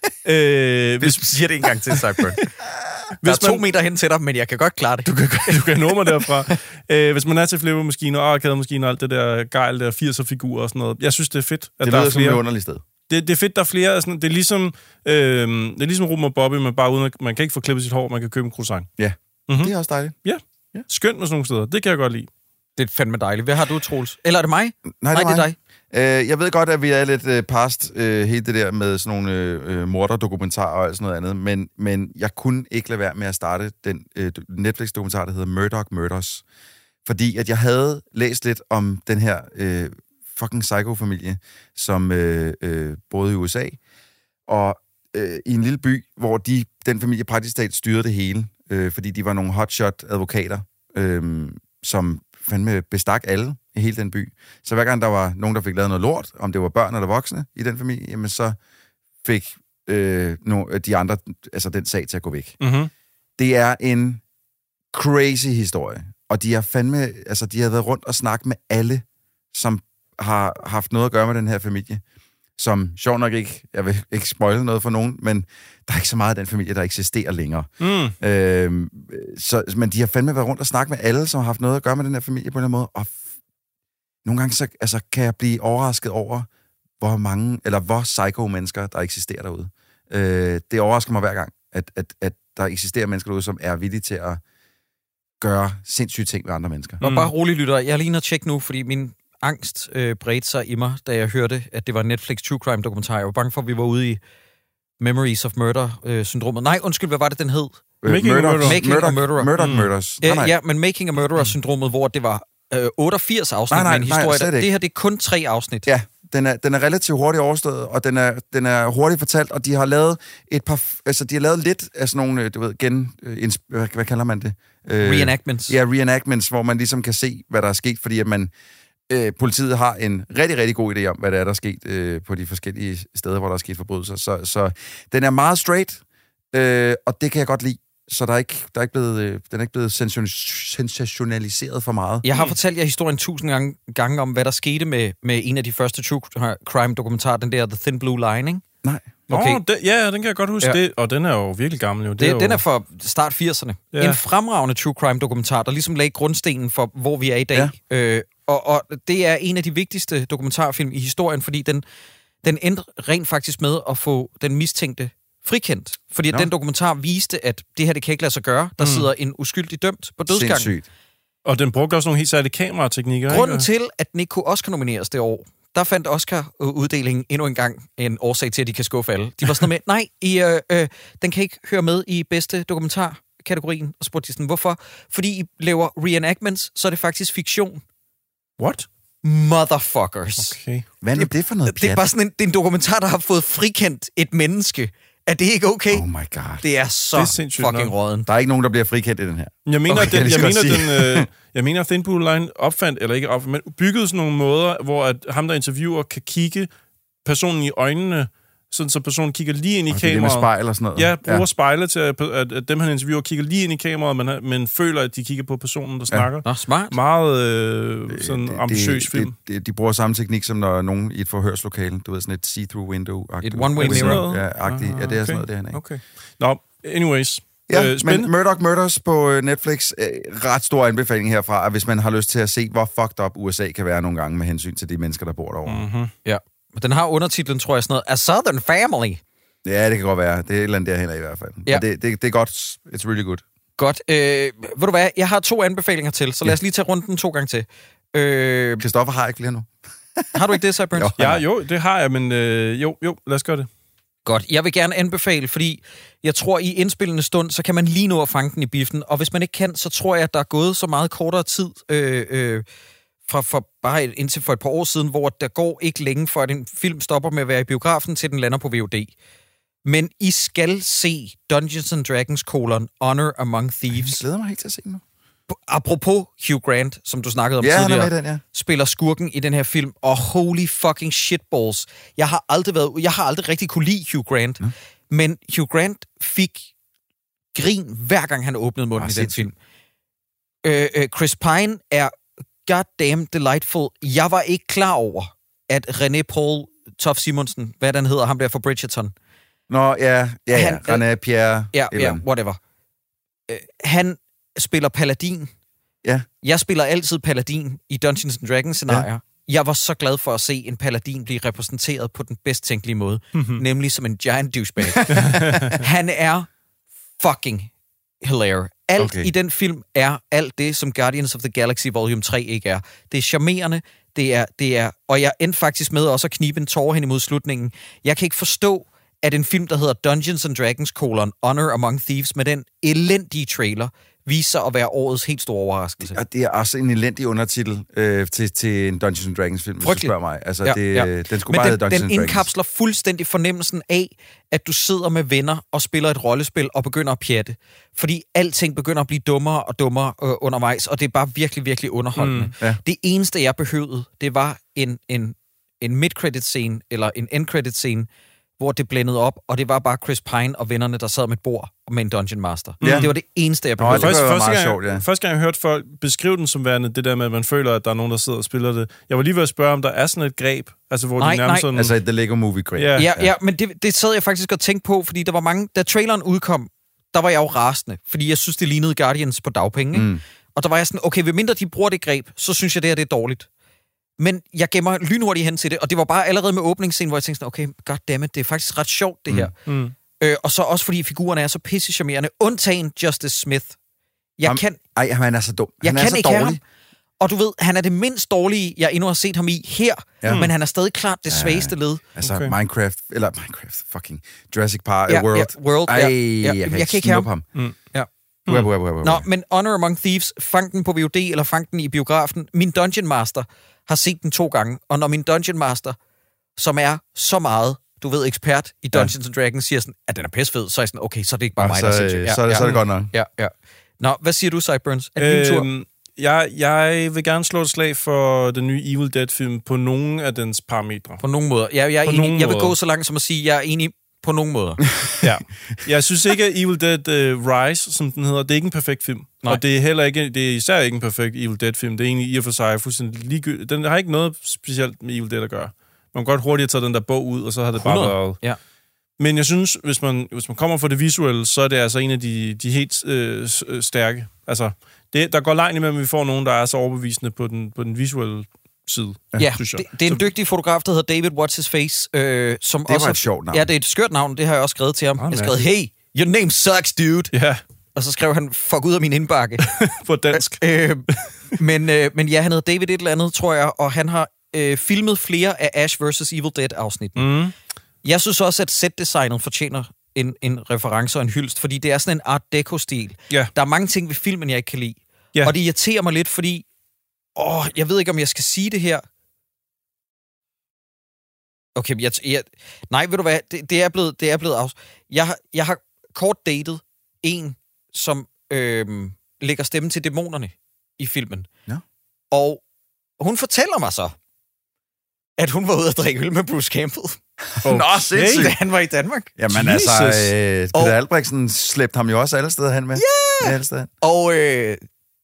øh, Hvis du siger det en gang til, Cyburn. Der Hvis er to man- meter hen til dig, men jeg kan godt klare det. Du kan, du kan nå mig derfra. Øh, hvis man er til flippermaskiner og arcade-maskiner og alt det der gejl der firser-figurer og sådan noget. Jeg synes, det er fedt, at Det der lyder er som et flere. underligt sted. Det, det er fedt, der er flere. af Sådan, det er ligesom, øh, det er ligesom Ruben og Bobby, men bare uden at man kan ikke få klippet sit hår, man kan købe en croissant. Ja, Mhm. det er også dejligt. Skønt med sådan nogle steder. Det kan jeg godt lide. Det er fandme dejligt. Hvad har du, Troels? Eller er det mig? Nej, Nej, det er dig. Øh, jeg ved godt, at vi er lidt øh, past øh, helt det der med sådan nogle øh, morderdokumentarer og alt sådan noget andet, men, men jeg kunne ikke lade være med at starte den øh, Netflix-dokumentar, der hedder Murdoch Murders. Fordi at jeg havde læst lidt om den her øh, fucking psycho-familie, som øh, øh, boede i U S A, og øh, i en lille by, hvor de, den familie praktisk talt styrede det hele, øh, fordi de var nogle hotshot-advokater, øh, som fandme bestak alle i hele den by. Så hver gang der var nogen, der fik lavet noget lort, om det var børn eller voksne i den familie, jamen så fik øh, no, de andre, altså den sag til at gå væk. Mm-hmm. Det er en crazy historie, og de har fandme, altså de har været rundt og snakket med alle, som har haft noget at gøre med den her familie, som sjovt nok ikke, jeg vil ikke spoile noget for nogen, men der er ikke så meget af den familie, der eksisterer længere. Mm. Øh, så, men de har fandme været rundt og snakket med alle, som har haft noget at gøre med den her familie på en eller anden måde, og f- nogle gange så altså, kan jeg blive overrasket over, hvor mange, eller hvor psycho-mennesker, der eksisterer derude. Øh, det overrasker mig hver gang, at, at, at der eksisterer mennesker derude, som er villige til at gøre sindssyge ting med andre mennesker. Nå, bare rolig, lytter. Jeg er lige inde og tjekke nu, fordi min angst øh, bredte sig i mig, da jeg hørte, at det var Netflix True Crime dokumentar. Jeg var bange for, at vi var ude i Memories of Murder-syndromet. Øh, Nej, undskyld, hvad var det, den hed? Making a Murderer. Making a Murderer. Murdoch Mm. Murders. Ja, Nej, nej. ja, men Making a Murderer-syndromet, hvor det var øh, otteogfirs afsnit Nej, nej, med en nej, historie. slet der, ikke. det her, det er kun tre afsnit. Ja, den er, den er relativt hurtigt overstået, og den er, den er hurtigt fortalt, og de har lavet et par, altså de har lavet lidt af sådan nogle, du ved, gen, øh, ins, hvad, hvad kalder man det? Øh, Reenactments. Ja, reenactments, hvor man ligesom kan se, hvad der er sket, fordi at man, øh, politiet har en rigtig, rigtig god idé om, hvad der er, der er sket øh, på de forskellige steder, hvor der er sket forbrydelser. Så, så den er meget straight, øh, og det kan jeg godt lide. Så der er ikke, der er ikke blevet, øh, den er ikke blevet sensation- sensationaliseret for meget. Jeg har fortalt jer historien tusind gange, gange om, hvad der skete med, med en af de første true crime-dokumentarer, den der The Thin Blue Line, ikke? Nej. Okay. Nå, det, ja, den kan jeg godt huske. Ja. Det, og den er jo virkelig gammel. Jo. Det Det, er jo... den er fra start firserne. Ja. Ja. En fremragende true crime-dokumentar, der ligesom lagde grundstenen for, hvor vi er i dag. Ja. Øh, og, og det er en af de vigtigste dokumentarfilm i historien, fordi den, den endte rent faktisk med at få den mistænkte frikendt. Fordi Nå. den dokumentar viste, at det her, det kan ikke lade sig gøre. Der mm. sidder en uskyldig dømt på dødsgang. Sindssygt. Og den brugte også nogle helt særlige kamerateknikker. Grunden ikke? til, at den ikke kunne Oscar-nomineres det år, der fandt Oscar-uddelingen endnu en gang en årsag til, at de kan skuffe alle. De var sådan noget med, nej, I, øh, øh, den kan ikke høre med i bedste kategorien, og spurgte de sådan, hvorfor? Fordi I laver reenactments, så er det faktisk fiktion. What? Motherfuckers. Okay. Hvad er det for noget Det er pjat? bare sådan en, det er en dokumentar, der har fået frikendt et menneske. Er det ikke okay? Oh my god. Det er så Det er sindssygt fucking nok. råden. Der er ikke nogen, der bliver frikendt i den her. Jeg mener, Okay, okay, den, det jeg, skal jeg mener godt den, øh, jeg mener, at Thin Blue Line opfandt, eller ikke opfandt, men byggede sådan nogle måder, hvor at ham, der interviewer, kan kigge personen i øjnene, sådan så personen kigger lige ind i Og det er det med kameraet. spejl og sådan noget. Ja, bruger ja. spejle til, at, at, at dem, han interviewer, kigger lige ind i kameraet, men, men føler, at de kigger på personen, der snakker. Nå, smart. Meget øh, sådan Det- ambitiøs det, film. Det, det, de bruger samme teknik, som når nogen i et forhørslokale, du ved, sådan et see-through window-agtigt. Et one-way Er det sådan mirror. noget? Ja, agtigt. Ja, det er sådan okay. noget, det han er. Okay. Nå, anyways. Ja, øh, men spændende. Murdoch Murders på øh, Netflix, øh, ret stor anbefaling herfra, at hvis man har lyst til at se, hvor fucked up U S A kan være nogle gange med hensyn til de mennesker, der bor derovre. Mm. Mm-hmm. Ja. Men den har undertitlen, tror jeg, sådan noget, A Southern Family. Ja, det kan godt være. Det er et eller andet derhen i hvert fald. Ja. Men det, det, det er godt. It's really good. Godt. Øh, ved du hvad, jeg har to anbefalinger til, så lad os lige tage runden to gange til. Øh, Christoffer har ikke flere nu. har du ikke det, Cyburns? Jo. Ja, jo, det har jeg, men øh, jo, jo, lad os gøre det. Godt. Jeg vil gerne anbefale, fordi jeg tror, i indspillende stund, så kan man lige nå at fange den i biffen. Og hvis man ikke kan, så tror jeg, at der er gået så meget kortere tid øh, øh, fra for bare et, indtil for et par år siden, hvor der går ikke længe, for at en film stopper med at være i biografen, til den lander på V O D. Men I skal se Dungeons and Dragons colon Honor Among Jeg Thieves. glæder mig helt til at se den nu. Apropos Hugh Grant, som du snakkede om Ja, han er tidligere, med i den, ja. spiller skurken i den her film, og holy fucking shitballs. Jeg har aldrig været, jeg har aldrig rigtig kunne lide Hugh Grant, mm. men Hugh Grant fik grin hver gang han åbnede munden Ah, i den sindssygt. film. Øh, øh, Chris Pine er goddamn delightful. Jeg var ikke klar over, at René Paul Toft Simonsen, hvad den hedder, ham der fra Bridgerton. Nå, ja, ja, ja. Han- René Pierre. Ja, et eller ja, andet. whatever. Øh, han spiller paladin. Ja. Jeg spiller altid paladin i Dungeons and Dragons scenarier. Ja. Jeg var så glad for at se en paladin blive repræsenteret på den bedst tænkelige måde, mm-hmm. nemlig som en giant douchebag. Han er fucking hilarious. Alt Okay. i den film er alt det, som Guardians of the Galaxy Volume tre ikke er. Det er charmerende, det er, det er, og jeg endte faktisk med også at knibe en tårer hen imod slutningen. Jeg kan ikke forstå, at en film, der hedder Dungeons and Dragons colon Honor Among Thieves, med den elendige trailer, viser sig at være årets helt store overraskelse. Og det er også en elendig undertitel øh, til, til en Dungeons and Dragons film, hvis du Frygtelig. spørger mig. Altså, Ja, det, ja. den skulle Men bare den, hedde Dungeons den and Dragons. indkapsler fuldstændig fornemmelsen af, at du sidder med venner og spiller et rollespil og begynder at pjatte. Fordi alting begynder at blive dummere og dummere øh, undervejs, og det er bare virkelig, virkelig underholdende. Mm, ja. Det eneste, jeg behøvede, det var en, en, en mid-credit-scene, eller en end-credit-scene, hvor det blændede op, og det var bare Chris Pine og vennerne, der sad med et bord med en Dungeon Master. Ja. Det var det eneste, jeg Nå, behøvede. det Første, kunne være første, meget gang, sjovt, ja. første gang jeg hørte folk beskrive den som værende det der med, at man føler, at der er nogen, der sidder og spiller det. Jeg var lige ved at spørge, om der er sådan et greb, altså hvor Nej, de nærmest nej. sådan... Altså, The Lego Movie Grade. Ja. Ja, ja, men det, det sad jeg faktisk og tænkte på, fordi der var mange... Da traileren udkom, der var jeg jo rasende, fordi jeg synes, det lignede Guardians på dagpenge. Ikke? Mm. Og der var jeg sådan, okay, ved mindre de bruger det greb, så synes jeg, det her det er dårligt. Men jeg gemmer lynhurtigt hen til det, og det var bare allerede med åbningsscenen, hvor jeg tænkte sådan, okay, goddammit, det er faktisk ret sjovt, det her. Mm. Øh, og så også fordi figurerne er så pisse charmerende, undtagen Justice Smith. Jeg Ham- kan, Ej, han er så dum. jeg Han er kan så ikke have ham. dårlig. Og du ved, han er det mindst dårlige, jeg endnu har set ham i her, Ja. men han er stadig klart det svageste led. Altså, Okay. Minecraft, eller Minecraft, fucking Jurassic Park, Ja, World. ja, World, Ej, ja, ja. jeg kan Jeg ikke kan ikke have snuppe ham. Mm. Ja. Buh, buh, buh, buh, Nå, buh. men Honor Among Thieves, fang den på V O D, eller fang den i biografen. Min Dungeon Master har set den to gange, og når min Dungeon Master, som er så meget, du ved, ekspert i Dungeons ja. and Dragons, siger sådan, at den er pissefed, så er jeg sådan, okay, så er det ikke bare Og mig, så, der er øh, sindssyg. så, er det- så er det godt nok. Ja, ja. Nå, hvad siger du, Cyburns? Er det din tur? Øhm, jeg, jeg vil gerne slå et slag for den nye Evil Dead-film på nogle af dens parametre. På nogen måder. Jeg, jeg, er På enig. nogen Jeg vil måder. gå så langt som at sige, at jeg er enig på nogen måder. Ja. Jeg synes ikke, at Evil Dead uh, Rise, som den hedder, det er ikke en perfekt film. Nej. Og det er heller ikke, det er især ikke en perfekt Evil Dead-film. Det er egentlig i og for sig fuldstændig ligegyldigt. Den har ikke noget specielt med Evil Dead at gøre. Man kan godt hurtigt tage den der bog ud, og så har det bare hundrede. været... Ja. Men jeg synes, hvis man, hvis man kommer fra det visuelle, så er det altså en af de, de helt øh, s- øh, stærke. Altså, det, der går langt imellem, at vi får nogen, der er så overbevisende på den, på den visuelle side, Ja, synes jeg. det, det er en Så- dygtig fotograf, der hedder David What's His Face, øh, som Det også... var et sjovt navn. Ja, det er et skørt navn, det har jeg også skrevet til ham. Ah, Jeg har skrevet, hey, your name sucks, dude. Ja, Og så skrev han, fuck ud af min indbakke. på dansk. øh, men, øh, men ja, han hedder David et eller andet, tror jeg, og han har øh, filmet flere af Ash versus. Evil Dead-afsnitten. Mm. Jeg synes også, at setdesignet fortjener en, en reference og en hyldest, fordi det er sådan en art deco-stil. Ja. Der er mange ting ved filmen, jeg ikke kan lide. Ja. Og det irriterer mig lidt, fordi... Åh, jeg ved ikke, om jeg skal sige det her. Okay, jeg... jeg nej, ved du hvad? Det, det er blevet... Det er blevet af... jeg, har, jeg har kort datet en, som øhm, lægger stemme til dæmonerne i filmen. Ja. Og hun fortæller mig så, at hun var ude at drikke øl med Bruce Campbell. Nå, sindssygt. Da han var i Danmark. Jamen Jesus. altså, øh, Peter Og- Albrechtsen slæbte ham jo også alle steder hen med. Ja! Alle steder. Og øh,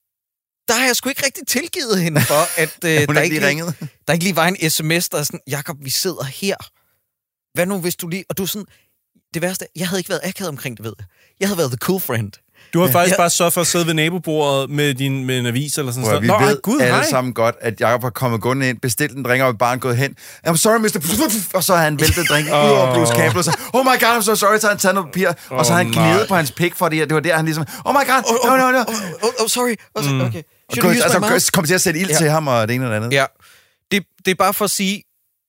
der har jeg sgu ikke rigtig tilgivet hende for, at øh, Hun der, er ikke lige lige, ringet. der ikke lige var en sms, der er sådan, Jakob, vi sidder her. Hvad nu, hvis du lige... Og du er sådan... Det værste, jeg havde ikke været akavet omkring det, ved jeg. Jeg havde været the cool friend. Du har faktisk Ja. bare sørget for at sidde ved nabobordet med, din, med en avis eller sådan Hvor vi noget. ved Gud, alle hej. sammen godt, at Jacob har kommet gående ind, bestilt en drink, og barn gået hen. I'm sorry, mister Og så har han væltet drinken ud over Bruce Campbell, og så, oh my god, I'm so sorry, så har han taget noget papir, oh, og så har han nej. gnidet på hans pik for det, og det var der, han ligesom, oh my god, no, no, no. Oh, oh, oh sorry. Oh, sorry. Okay. Og Should I use my mouth? altså, kom til at sætte ild Ja. til ham, og det ene og det andet. Ja. Det, det er bare for at sige,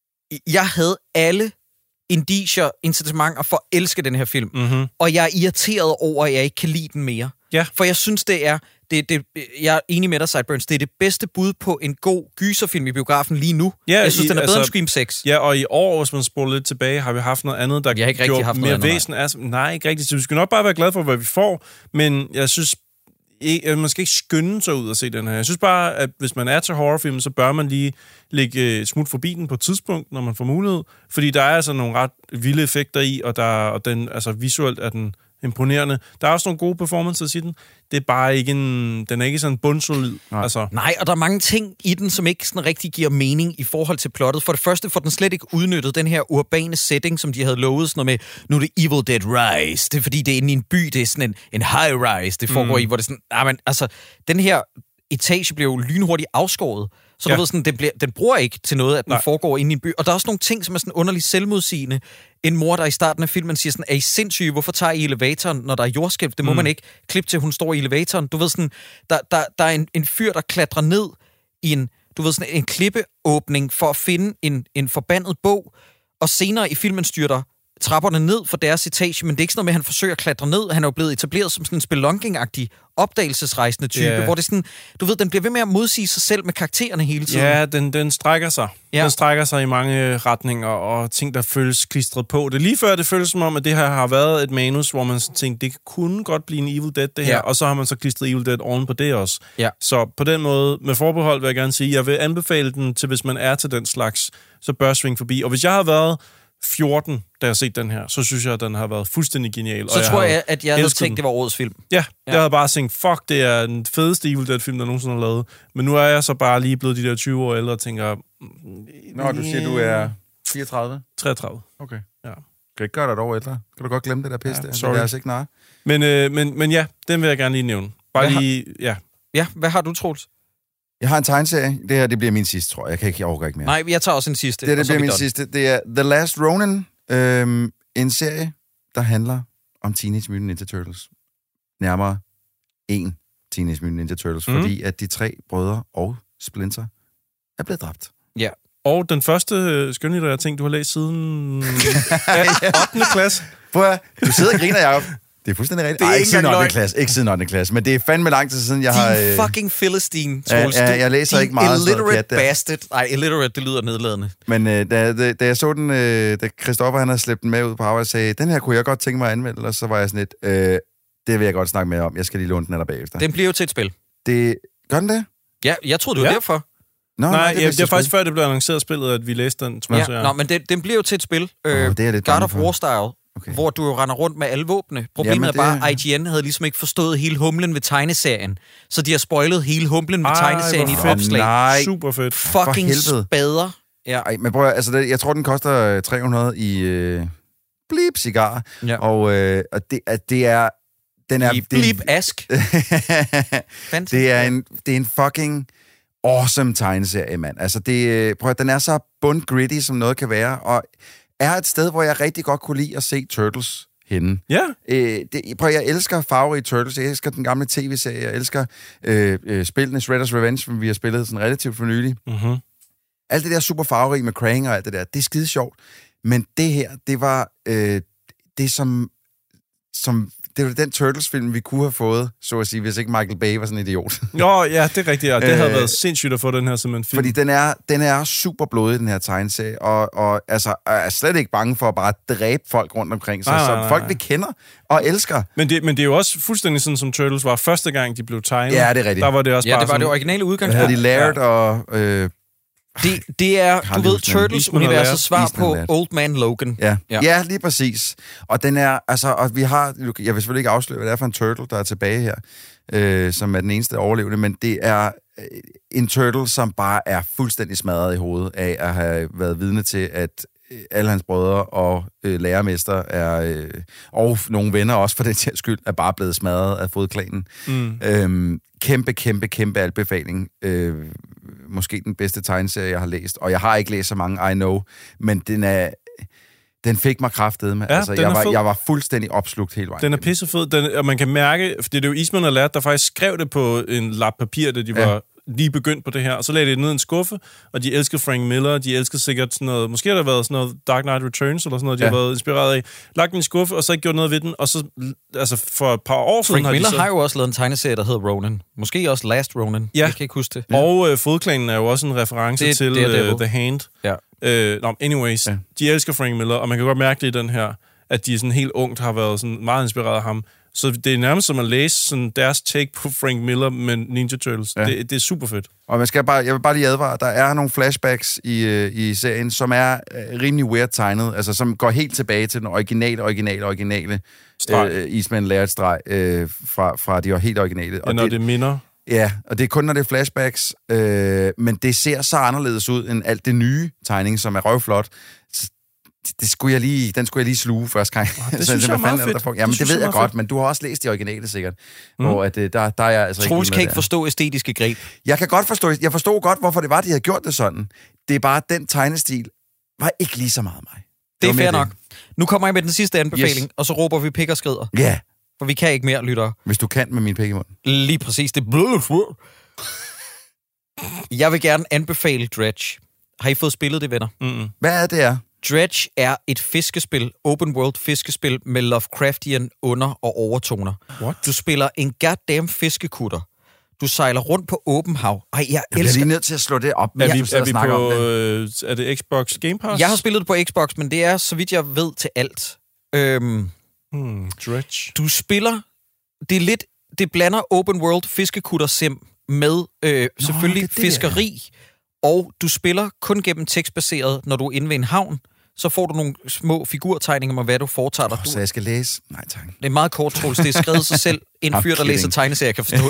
jeg havde alle indicier, incitamenter for at elske den her film. Mm-hmm. Og jeg er irriteret over, at jeg ikke kan lide den mere. Ja. For jeg synes, det er... Det, det, jeg er enig med dig, Sideburns. Det er det bedste bud på en god gyserfilm i biografen lige nu. Ja, jeg synes, i- den er bedre altså- end Scream seks. Ja, og i år, hvis man spoler lidt tilbage, har vi haft noget andet, der Jeg har ikke rigtig gjorde haft noget mere andet, nej. væsen af. Nej, ikke rigtigt. Så vi skal nok bare være glade for, hvad vi får, men jeg synes, ikke, man skal ikke skynde sig ud og se den her. Jeg synes bare, at hvis man er til horrorfilm, så bør man lige lægge et smut forbi den på et tidspunkt, når man får mulighed, fordi der er altså nogle ret vilde effekter i, og, der, og den, altså visuelt er den imponerende. Der er også nogle gode performances i den. Det er bare ikke en... Den er ikke sådan bundsolid. Altså, Nej, og der er mange ting i den, som ikke sådan rigtig giver mening i forhold til plottet. For det første får den slet ikke udnyttet den her urbane setting, som de havde lovet. Sådan noget med, nu er det Evil Dead Rise. Det er fordi, det er inde i en by. Det er sådan en, en high-rise, det foregår mm. i, hvor det er sådan... Ah, men, altså, den her etage bliver jo lynhurtigt afskåret. Så Ja. du ved sådan, den, bliver, den bruger ikke til noget, at den Nej. foregår inde i en by. Og der er også nogle ting, som er sådan underligt selvmodsigende. En mor, der i starten af filmen siger sådan, er I sindssyge? Hvorfor tager I elevatoren, når der er jordskælv? Det må mm. man ikke. Klip til, hun står i elevatoren. Du ved sådan, der, der, der er en, en fyr, der klatrer ned i en, du ved sådan, en klippeåbning for at finde en, en forbandet bog. Og senere i filmen styrter trapperne ned for deres etage, men det er ikke sådan noget med, at han forsøger at klatre ned. Han er jo blevet etableret som sådan en spelunking-agtig opdagelsesrejsende type, Ja. hvor det sådan, du ved, den bliver ved med at modsige sig selv med karaktererne hele tiden. ja, den, den strækker sig. Ja. Ja. Den strækker sig i mange retninger, og ting, der føles klistret på. Det er lige før, det føles som om, at det her har været et manus, hvor man tænkte, det kunne godt blive en Evil Dead, det her. Ja. Ja. Og så har man så klistret Evil Dead oven på det også. Ja. Så på den måde, med forbehold vil jeg gerne sige, jeg vil anbefale den til, hvis man er til den slags, så bør svinge forbi. Og hvis jeg har været fjorten, da jeg har set den her, så synes jeg, at den har været fuldstændig genial. Så og tror har jeg, at jeg havde elsket tænkt, den. det var årets film. Ja, Ja. jeg havde bare tænkt, fuck, det er den fedeste Evil Dead-film, der nogensinde har lavet. Men nu er jeg så bare lige blevet de der tyve år ældre og tænker... Nå, du siger, du er fireogtredive? treogtredive. Okay. Ja. Kan du ikke gøre dig et år ældre? Kan du godt glemme det der pisse Ja, der? sorry. Det er altså ikke nej. Men, øh, men, men ja, den vil jeg gerne lige nævne. Bare Hvad har- lige... Ja. Ja, hvad har du, Troels? Jeg har en tegneserie. Det her, det bliver min sidste, tror jeg. Jeg kan ikke, jeg overgår ikke mere. Nej, jeg tager også en sidste. Det, her, og det så er bliver vi min done. sidste. Det er The Last Ronin. Øhm, en serie, der handler om Teenage Mutant Ninja Turtles. Nærmere en Teenage Mutant Ninja Turtles, Mhm. mm. fordi at de tre brødre og Splinter er blevet dræbt. Ja. Og den første øh, skønlitterære ting, du har læst siden ja, ottende klasse. Prøv at, du sidder og griner, Jacob. Det er fuldstændig rigtigt. Det er Ej, ikke ikke siden engang ottende løgn. klasse. Ikke siden ottende klasse. Men det er fandme lang tid siden, jeg har... Din øh, fucking Philistine, Ja, Troels. ja, Du- jeg læser din ikke meget sådan noget illiterate pjat der. bastard. Nej, illiterate, det lyder nedladende. Men øh, da, da, da jeg så den, øh, da Christoffer han havde slæbt den med ud på arbejde og sagde, den her kunne jeg godt tænke mig at anmelde, og så var jeg sådan lidt, øh, det vil jeg godt snakke med om. Jeg skal lige låne den eller bagefter. Den bliver jo til et spil. Det, gør den det? Ja, jeg troede, det var Ja. derfor. Nå, Nej, det, ja, vidste det var jeg faktisk før, det blev annonceret spillet, at vi læste den. Tror Ja, jeg. nå, men den, den bliver jo til et spil. Øh, det er jeg lidt God bange of for. War-style. Okay. Hvor du jo render rundt med alle våbne. Problemet Jamen, er bare, det- at I G N havde ligesom ikke forstået hele humlen ved tegneserien. Så de har spoilet hele humlen ved Ej, tegneserien i hvor et fedt. opslag. Nej. Super fedt. Fucking helvede. spader. Ja. Ej, men prøv at, altså, det, jeg tror, den koster øh, tre hundrede i øh, blip cigar. Ja. Og, øh, og det, at det er... Den er, Blip, det, blip, ask. Fantastisk. det, er en, det er en fucking awesome tegneserie, mand. Altså, det, øh, prøv at, den er så bundgritty, som noget kan være, og er et sted, hvor jeg rigtig godt kunne lide at se Turtles henne. Ja. Øh, det, prøv at, jeg elsker farverige Turtles, jeg elsker den gamle tv-serie, jeg elsker øh, øh, spillene Shredder's Revenge, som vi har spillet sådan relativt for nylig. Mm-hmm. Alt det der super farverige med Krang og alt det der, det er skide sjovt. Men det her, det var øh, det, som som... Det var den Turtles-film, vi kunne have fået, så at sige, hvis ikke Michael Bay var sådan en idiot. Nå, ja, det er rigtigt, ja. Det havde øh, været sindssygt at få den her som en film. Fordi den er, den er super blodig, den her tegneserie, og, og altså, er slet ikke bange for at bare dræbe folk rundt omkring sig, nej, nej, som folk vi kender og elsker. Men det, men det er jo også fuldstændig sådan, som Turtles var første gang, de blev tegnet. Ja, det er rigtigt. Der var det også ja, bare det var sådan, det originale udgangspunkt. Havde de lært ja. og... Øh, Det, det er, du ved, Turtles-universets svar på Old Man Logan. Ja. Ja. ja, lige præcis. Og den er, altså, og vi har, jeg vil selvfølgelig ikke afsløre, hvad det er for en turtle, der er tilbage her, øh, som er den eneste overlevende, men det er en turtle, som bare er fuldstændig smadret i hovedet af at have været vidne til, at alle hans brødre og øh, lærermester er, øh, og nogle venner også for den sags skyld, er bare blevet smadret af fodklanen. Mm. Øhm, kæmpe, kæmpe, kæmpe anbefaling. Øh, måske den bedste tegneserie, jeg har læst. Og jeg har ikke læst så mange, I know, men den er... Den fik mig kraftedeme. Ja, altså, jeg, var, jeg var fuldstændig opslugt hele vejen. Den er pissefed, den, og man kan mærke, for det er jo Eastman og Laird, der faktisk skrev det på en lap papir, da de ja. var lige begyndt på det her, og så lagde det ned i en skuffe, og de elskede Frank Miller, de elskede sikkert sådan noget, måske har der været sådan noget Dark Knight Returns, eller sådan noget, de ja. har været inspireret af, lagt den i en skuffe, og så ikke gjort noget ved den, og så, altså for et par år siden Frank har Miller de så... har jo også lavet en tegneserie, der hedder Ronin. Måske også Last Ronin. Ja. Jeg kan ikke huske det. Ja. Og øh, Fodklanen er jo også en reference det, til det uh, The Hand. Ja. Uh, no, anyways, ja. De elsker Frank Miller, og man kan godt mærke det i den her, at de sådan helt ungt har været sådan meget inspireret af ham. Så det er nærmest som at læse sådan deres take på Frank Miller med Ninja Turtles. Ja. Det, det er super fedt. Og man skal bare, jeg vil bare lige advare, der er nogle flashbacks i, øh, i serien, som er øh, rimelig weird tegnet, altså som går helt tilbage til den originale, originale, originale øh, Eastman Laird-streg øh, fra, fra de helt originale. Ja, når det, det minder. Ja, og det er kun, når det er flashbacks, øh, men det ser så anderledes ud end alt det nye tegning, som er røvflot. Det skulle jeg lige, den skulle jeg lige sluge første gang. Oh, det synes jeg er meget fedt. Jamen, det, det ved jeg godt, fedt. Men du har også læst de originale sikkert. Mm. Hvor at, der, der er jeg altså Troels ikke kan ikke forstå æstetiske greb. Jeg kan godt forstå, jeg forstod godt, hvorfor det var, de havde gjort det sådan. Det er bare, den tegnestil var ikke lige så meget mig. Det, det er fair nok. Nu kommer jeg med den sidste anbefaling, yes. og så råber vi pik og skrider. Ja. Yeah. For vi kan ikke mere, lyttere. Hvis du kan med min pik i munden. Lige præcis, det blød. Jeg vil gerne anbefale Dredge. Har I fået spillet det, venner? Mm-mm. Hvad er det, er? Dredge er et fiskespil, open world fiskespil med Lovecraftian under- og overtoner. What? Du spiller en goddamn fiskekutter. Du sejler rundt på åben hav. Ej, jeg, jeg elsker... bliver lige nødt til at slå det op. Er vi, er vi på... Øh, er det Xbox Game Pass? Jeg har spillet det på Xbox, men det er, så vidt jeg ved, til alt. Øhm, hmm, Dredge. Du spiller... Det er lidt... Det blander open world fiskekutter-sim med øh, Nå, selvfølgelig det det, fiskeri... Og du spiller kun gennem tekstbaseret, når du er inde ved en havn. Så får du nogle små figurtegninger med, hvad du foretager dig. Oh, så jeg skal læse? Nej, tak. Det er meget kort, Troels. Det er skrevet sig selv. En fyr, der læser tegneserier, kan forstå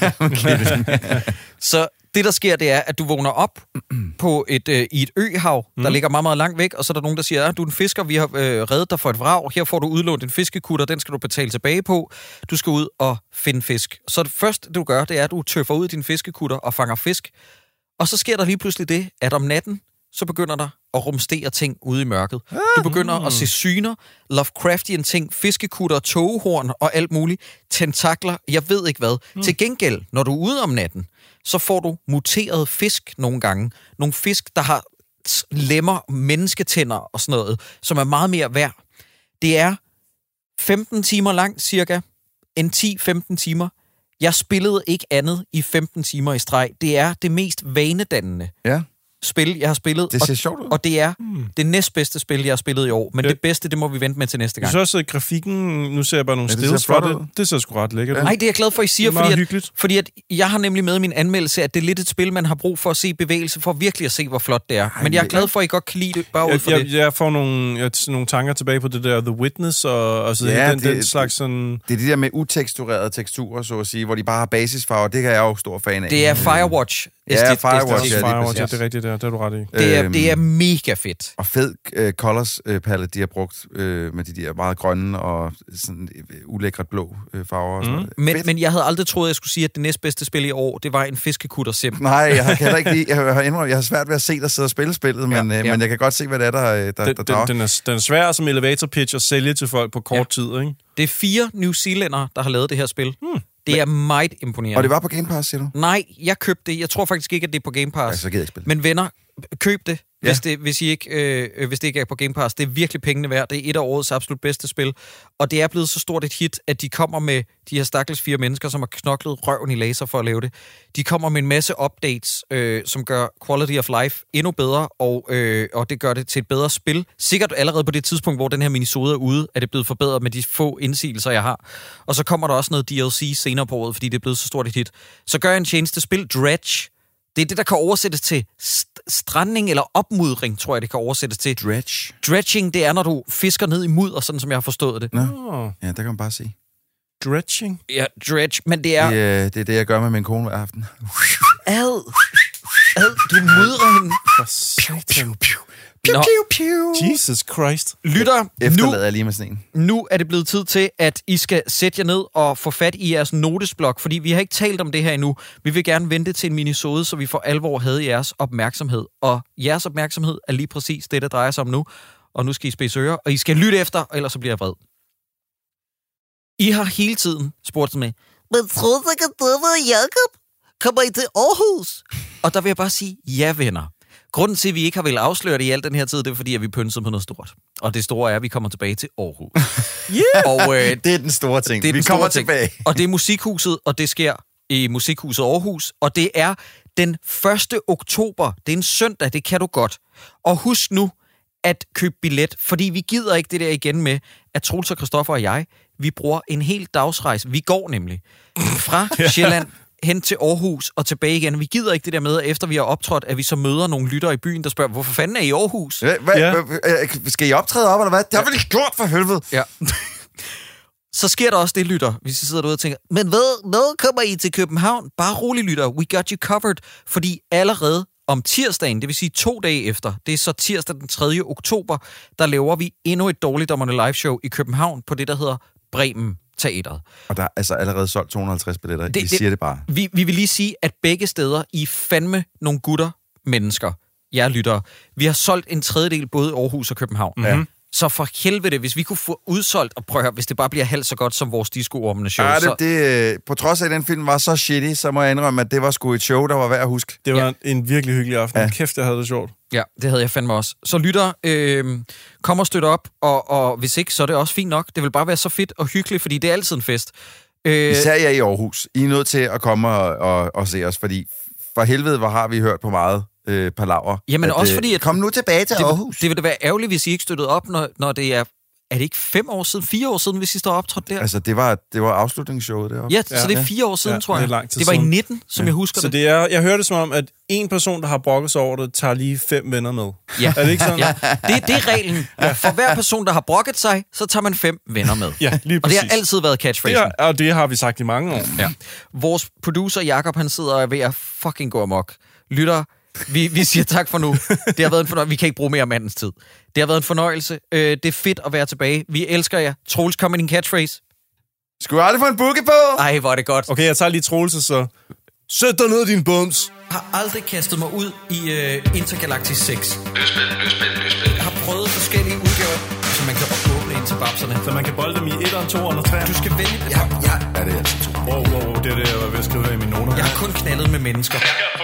det. Så det, der sker, det er, at du vågner op på et, øh, i et øhav, der mm. ligger meget, meget langt væk, og så er der nogen, der siger, at du er en fisker, vi har øh, reddet dig for et vrag. Her får du udlånt en fiskekutter, den skal du betale tilbage på. Du skal ud og finde fisk. Så det første, du gør, det er, at du tøffer ud i din fiskekutter og fanger fisk. Og så sker der lige pludselig det, at om natten, så begynder der at rumstere ting ude i mørket. Du begynder at se syner, Lovecraftian ting, fiskekutter, togehorn og alt muligt, tentakler, jeg ved ikke hvad. Mm. Til gengæld, når du er ude om natten, så får du muteret fisk nogle gange. Nogle fisk, der har lemmer, mennesketænder og sådan noget, som er meget mere værd. Det er femten timer langt, cirka. En ti til femten timer. Jeg spillede ikke andet i femten timer i streg. Det er det mest vanedannende ja. spil, jeg har spillet. Det ser og, sjovt ud. Og det er hmm. det næstbedste spil, jeg har spillet i år. Men ja. det bedste, det må vi vente med til næste gang. Så også grafikken, nu ser jeg bare nogle ja, stills for det. Det ser sgu ret lækkert ud. Nej, det er jeg glad for, I siger, det er fordi, hyggeligt. at, fordi at jeg har nemlig med min anmeldelse, at det er lidt et spil, man har brug for at se bevægelse, for virkelig at se, hvor flot det er. Ej, Men jeg er glad for, at I godt kan lide det, bare jeg, ud for jeg, det. Jeg får nogle, jeg, nogle tanker tilbage på det der The Witness, og altså ja, den, det, den slags sådan... Det er de der med uteksturerede teksturer, så at sige, hvor de bare har basisfarver. Det kan jeg jo stor fan af. Det er Firewatch. Ja, Firewatch. Ja, Firewatch, ja, det er rigtigt der. Det er du ret i. Det er, det er mega fedt. Og fed uh, colors uh, palette, de har brugt uh, med de der meget grønne og sådan uh, ulækret blå uh, farver. Og sådan mm. men, men jeg havde aldrig troet, at jeg skulle sige, at det næstbedste spil i år, det var en fiskekutter sim. Nej, jeg har heller ikke lige, jeg har, indrømt, jeg har svært ved at se dig sidde og spille spillet, men, ja, ja. men jeg kan godt se, hvad det er, der, der, den, der drager. Den, den, er, den er svær som elevator pitch at sælge til folk på kort ja. tid, ikke? Det er fire New Zealandere, der har lavet det her spil. Hmm. Det er meget imponerende. Og det var på Game Pass, siger du? Nej, jeg købte det. Jeg tror faktisk ikke, at det er på Game Pass. Ja, så gider jeg ikke spille. Men venner, køb det. ja. hvis, det, hvis, I ikke, øh, hvis det ikke er på Game Pass. Det er virkelig pengene værd. Det er et af årets absolut bedste spil. Og det er blevet så stort et hit, at de kommer med de her stakkels fire mennesker, som har knoklet røven i laser for at lave det. De kommer med en masse updates, øh, som gør quality of life endnu bedre, og, øh, og det gør det til et bedre spil. Sikkert allerede på det tidspunkt, hvor den her minisode er ude, er det blevet forbedret med de få indsigelser, jeg har. Og så kommer der også noget D L C senere på året, fordi det er blevet så stort et hit. Så gør jeg en tjeneste. Spil Dredge. Det er det, der kan oversættes til st- strandning eller opmudring, tror jeg, det kan oversættes til. Dredge. Dredging, det er, når du fisker ned i mudder, sådan som jeg har forstået det. Nå. Ja, der kan man bare se. Dredging? Ja, dredge, men det er... Det, øh, det er det, jeg gør med min kone hver aften. Ad. Ad, du mudrer hende. For satan. Nå, Jesus Christ. lytter, Efterlader nu, jeg lige med sådan en. nu er det blevet tid til, at I skal sætte jer ned og få fat i jeres notesblok, fordi vi har ikke talt om det her endnu. Vi vil gerne vente til en minisode, så vi for alvor havde jeres opmærksomhed. Og jeres opmærksomhed er lige præcis det, der drejer sig om nu. Og nu skal I spidse ører, og I skal lytte efter, ellers så bliver jeg vred. I har hele tiden spurgt med, men troede ikke, at det var Jacob? Kommer I til Aarhus? Og der vil jeg bare sige, ja venner. Grunden til, at vi ikke har vel afsløre det i al den her tid, det er fordi, at vi pynsede på noget stort. Og det store er, at vi kommer tilbage til Aarhus. Yeah! Og, øh, det er den store ting. det er vi den kommer store ting. tilbage. Og det er Musikhuset, og det sker i Musikhuset Aarhus. Og det er den første oktober. Det er en søndag, det kan du godt. Og husk nu at købe billet, fordi vi gider ikke det der igen med, at Troels og Christoffer og jeg, vi bruger en hel dagsrejse. Vi går nemlig fra Sjælland hen til Aarhus og tilbage igen. Vi gider ikke det der med, at efter vi har optrådt, at vi så møder nogle lyttere i byen, der spørger, hvorfor fanden er I i Aarhus? Hva, hva, Ja. hva, skal I optræde op, eller hvad? Det har vi ikke gjort for helvede. Ja. Så sker der også det, lytter, hvis I sidder derude og tænker, men hvad, hvad kommer I til København? Bare rolig, lytter. We got you covered. Fordi allerede om tirsdagen, det vil sige to dage efter, det er så tirsdag den tredje oktober, der laver vi endnu et Dårligdommerne live show i København på det, der hedder Bremen Teatret. Og der er altså allerede solgt to hundrede og halvtreds billetter. Det- I det- siger det bare. Vi, vi vil lige sige, at begge steder, I er fandme nogle gutter mennesker, jer lyttere. Vi har solgt en tredjedel både i Aarhus og København. Mm-hmm. Så for helvede, hvis vi kunne få udsolgt, og prøve at høre, hvis det bare bliver halvt så godt som vores disco-ormende show, Ja, så... det, det, på trods af, at den film var så shitty, så må jeg indrømme, at det var sgu et show, der var værd at huske. Det var Ja. ja. en virkelig hyggelig aften. Ja. Ja. Kæft, jeg havde det sjovt. Ja, det havde jeg fandme også. Så lytter, øh, kom og støt op, og, og hvis ikke, så er det også fint nok. Det vil bare være så fedt og hyggeligt, fordi det er altid en fest. Øh, Især jeg i Aarhus. I er nødt til at komme og, og, og se os, fordi for helvede, hvor har vi hørt på meget øh, palaver. Jamen også fordi, at- Kom nu tilbage til det, Aarhus. det vil da være ærgerligt, hvis I ikke støttede op, når, når det er... Er det ikke fem år siden, fire år siden, hvis I står optrådt der? Altså, det var, det var afslutningsshowet deroppe. Ja, så Ja. det er fire år siden, Ja, tror jeg. det er lang tid det var i siden. nitten, som Ja. jeg husker Så det. det er, jeg hører det som om, at en person, der har brokket sig over det, tager lige fem venner med. Ja. Er det ikke sådan? Ja, det, det er reglen. For hver person, der har brokket sig, så tager man fem venner med. Ja, lige Og præcis. det har altid været det catchphrasen. er, og det har vi sagt i mange år. Ja. Vores producer, Jakob, han sidder og er ved at fucking gå amok. Lytter, vi, vi siger tak for nu. Det har været en fornøjelse. Vi kan ikke bruge mere mandens tid. Det har været en fornøjelse. Øh, det er fedt at være tilbage. Vi elsker jer. Troels, kom med din catchphrase. Skulle jeg aldrig få en bukke på? Ej, hvor er det godt. Okay, jeg tager lige Troelse, så... Sæt dig ned, din bums! Jeg har aldrig kastet mig ud i uh, Intergalactic seks. Løsspil, løsspil, løsspil. Jeg har prøvet forskellige udgaver, så man kan åbne ind til babserne. Så man kan bolde dem i etteren, toeren og treeren. Du skal vælge... Ja, ja. Ja, det er altså to. Wow, wow, wow, det er det, jeg var ved at skrive her i mine noter. Jeg har kun knaldet med mennesker. Jeg kan få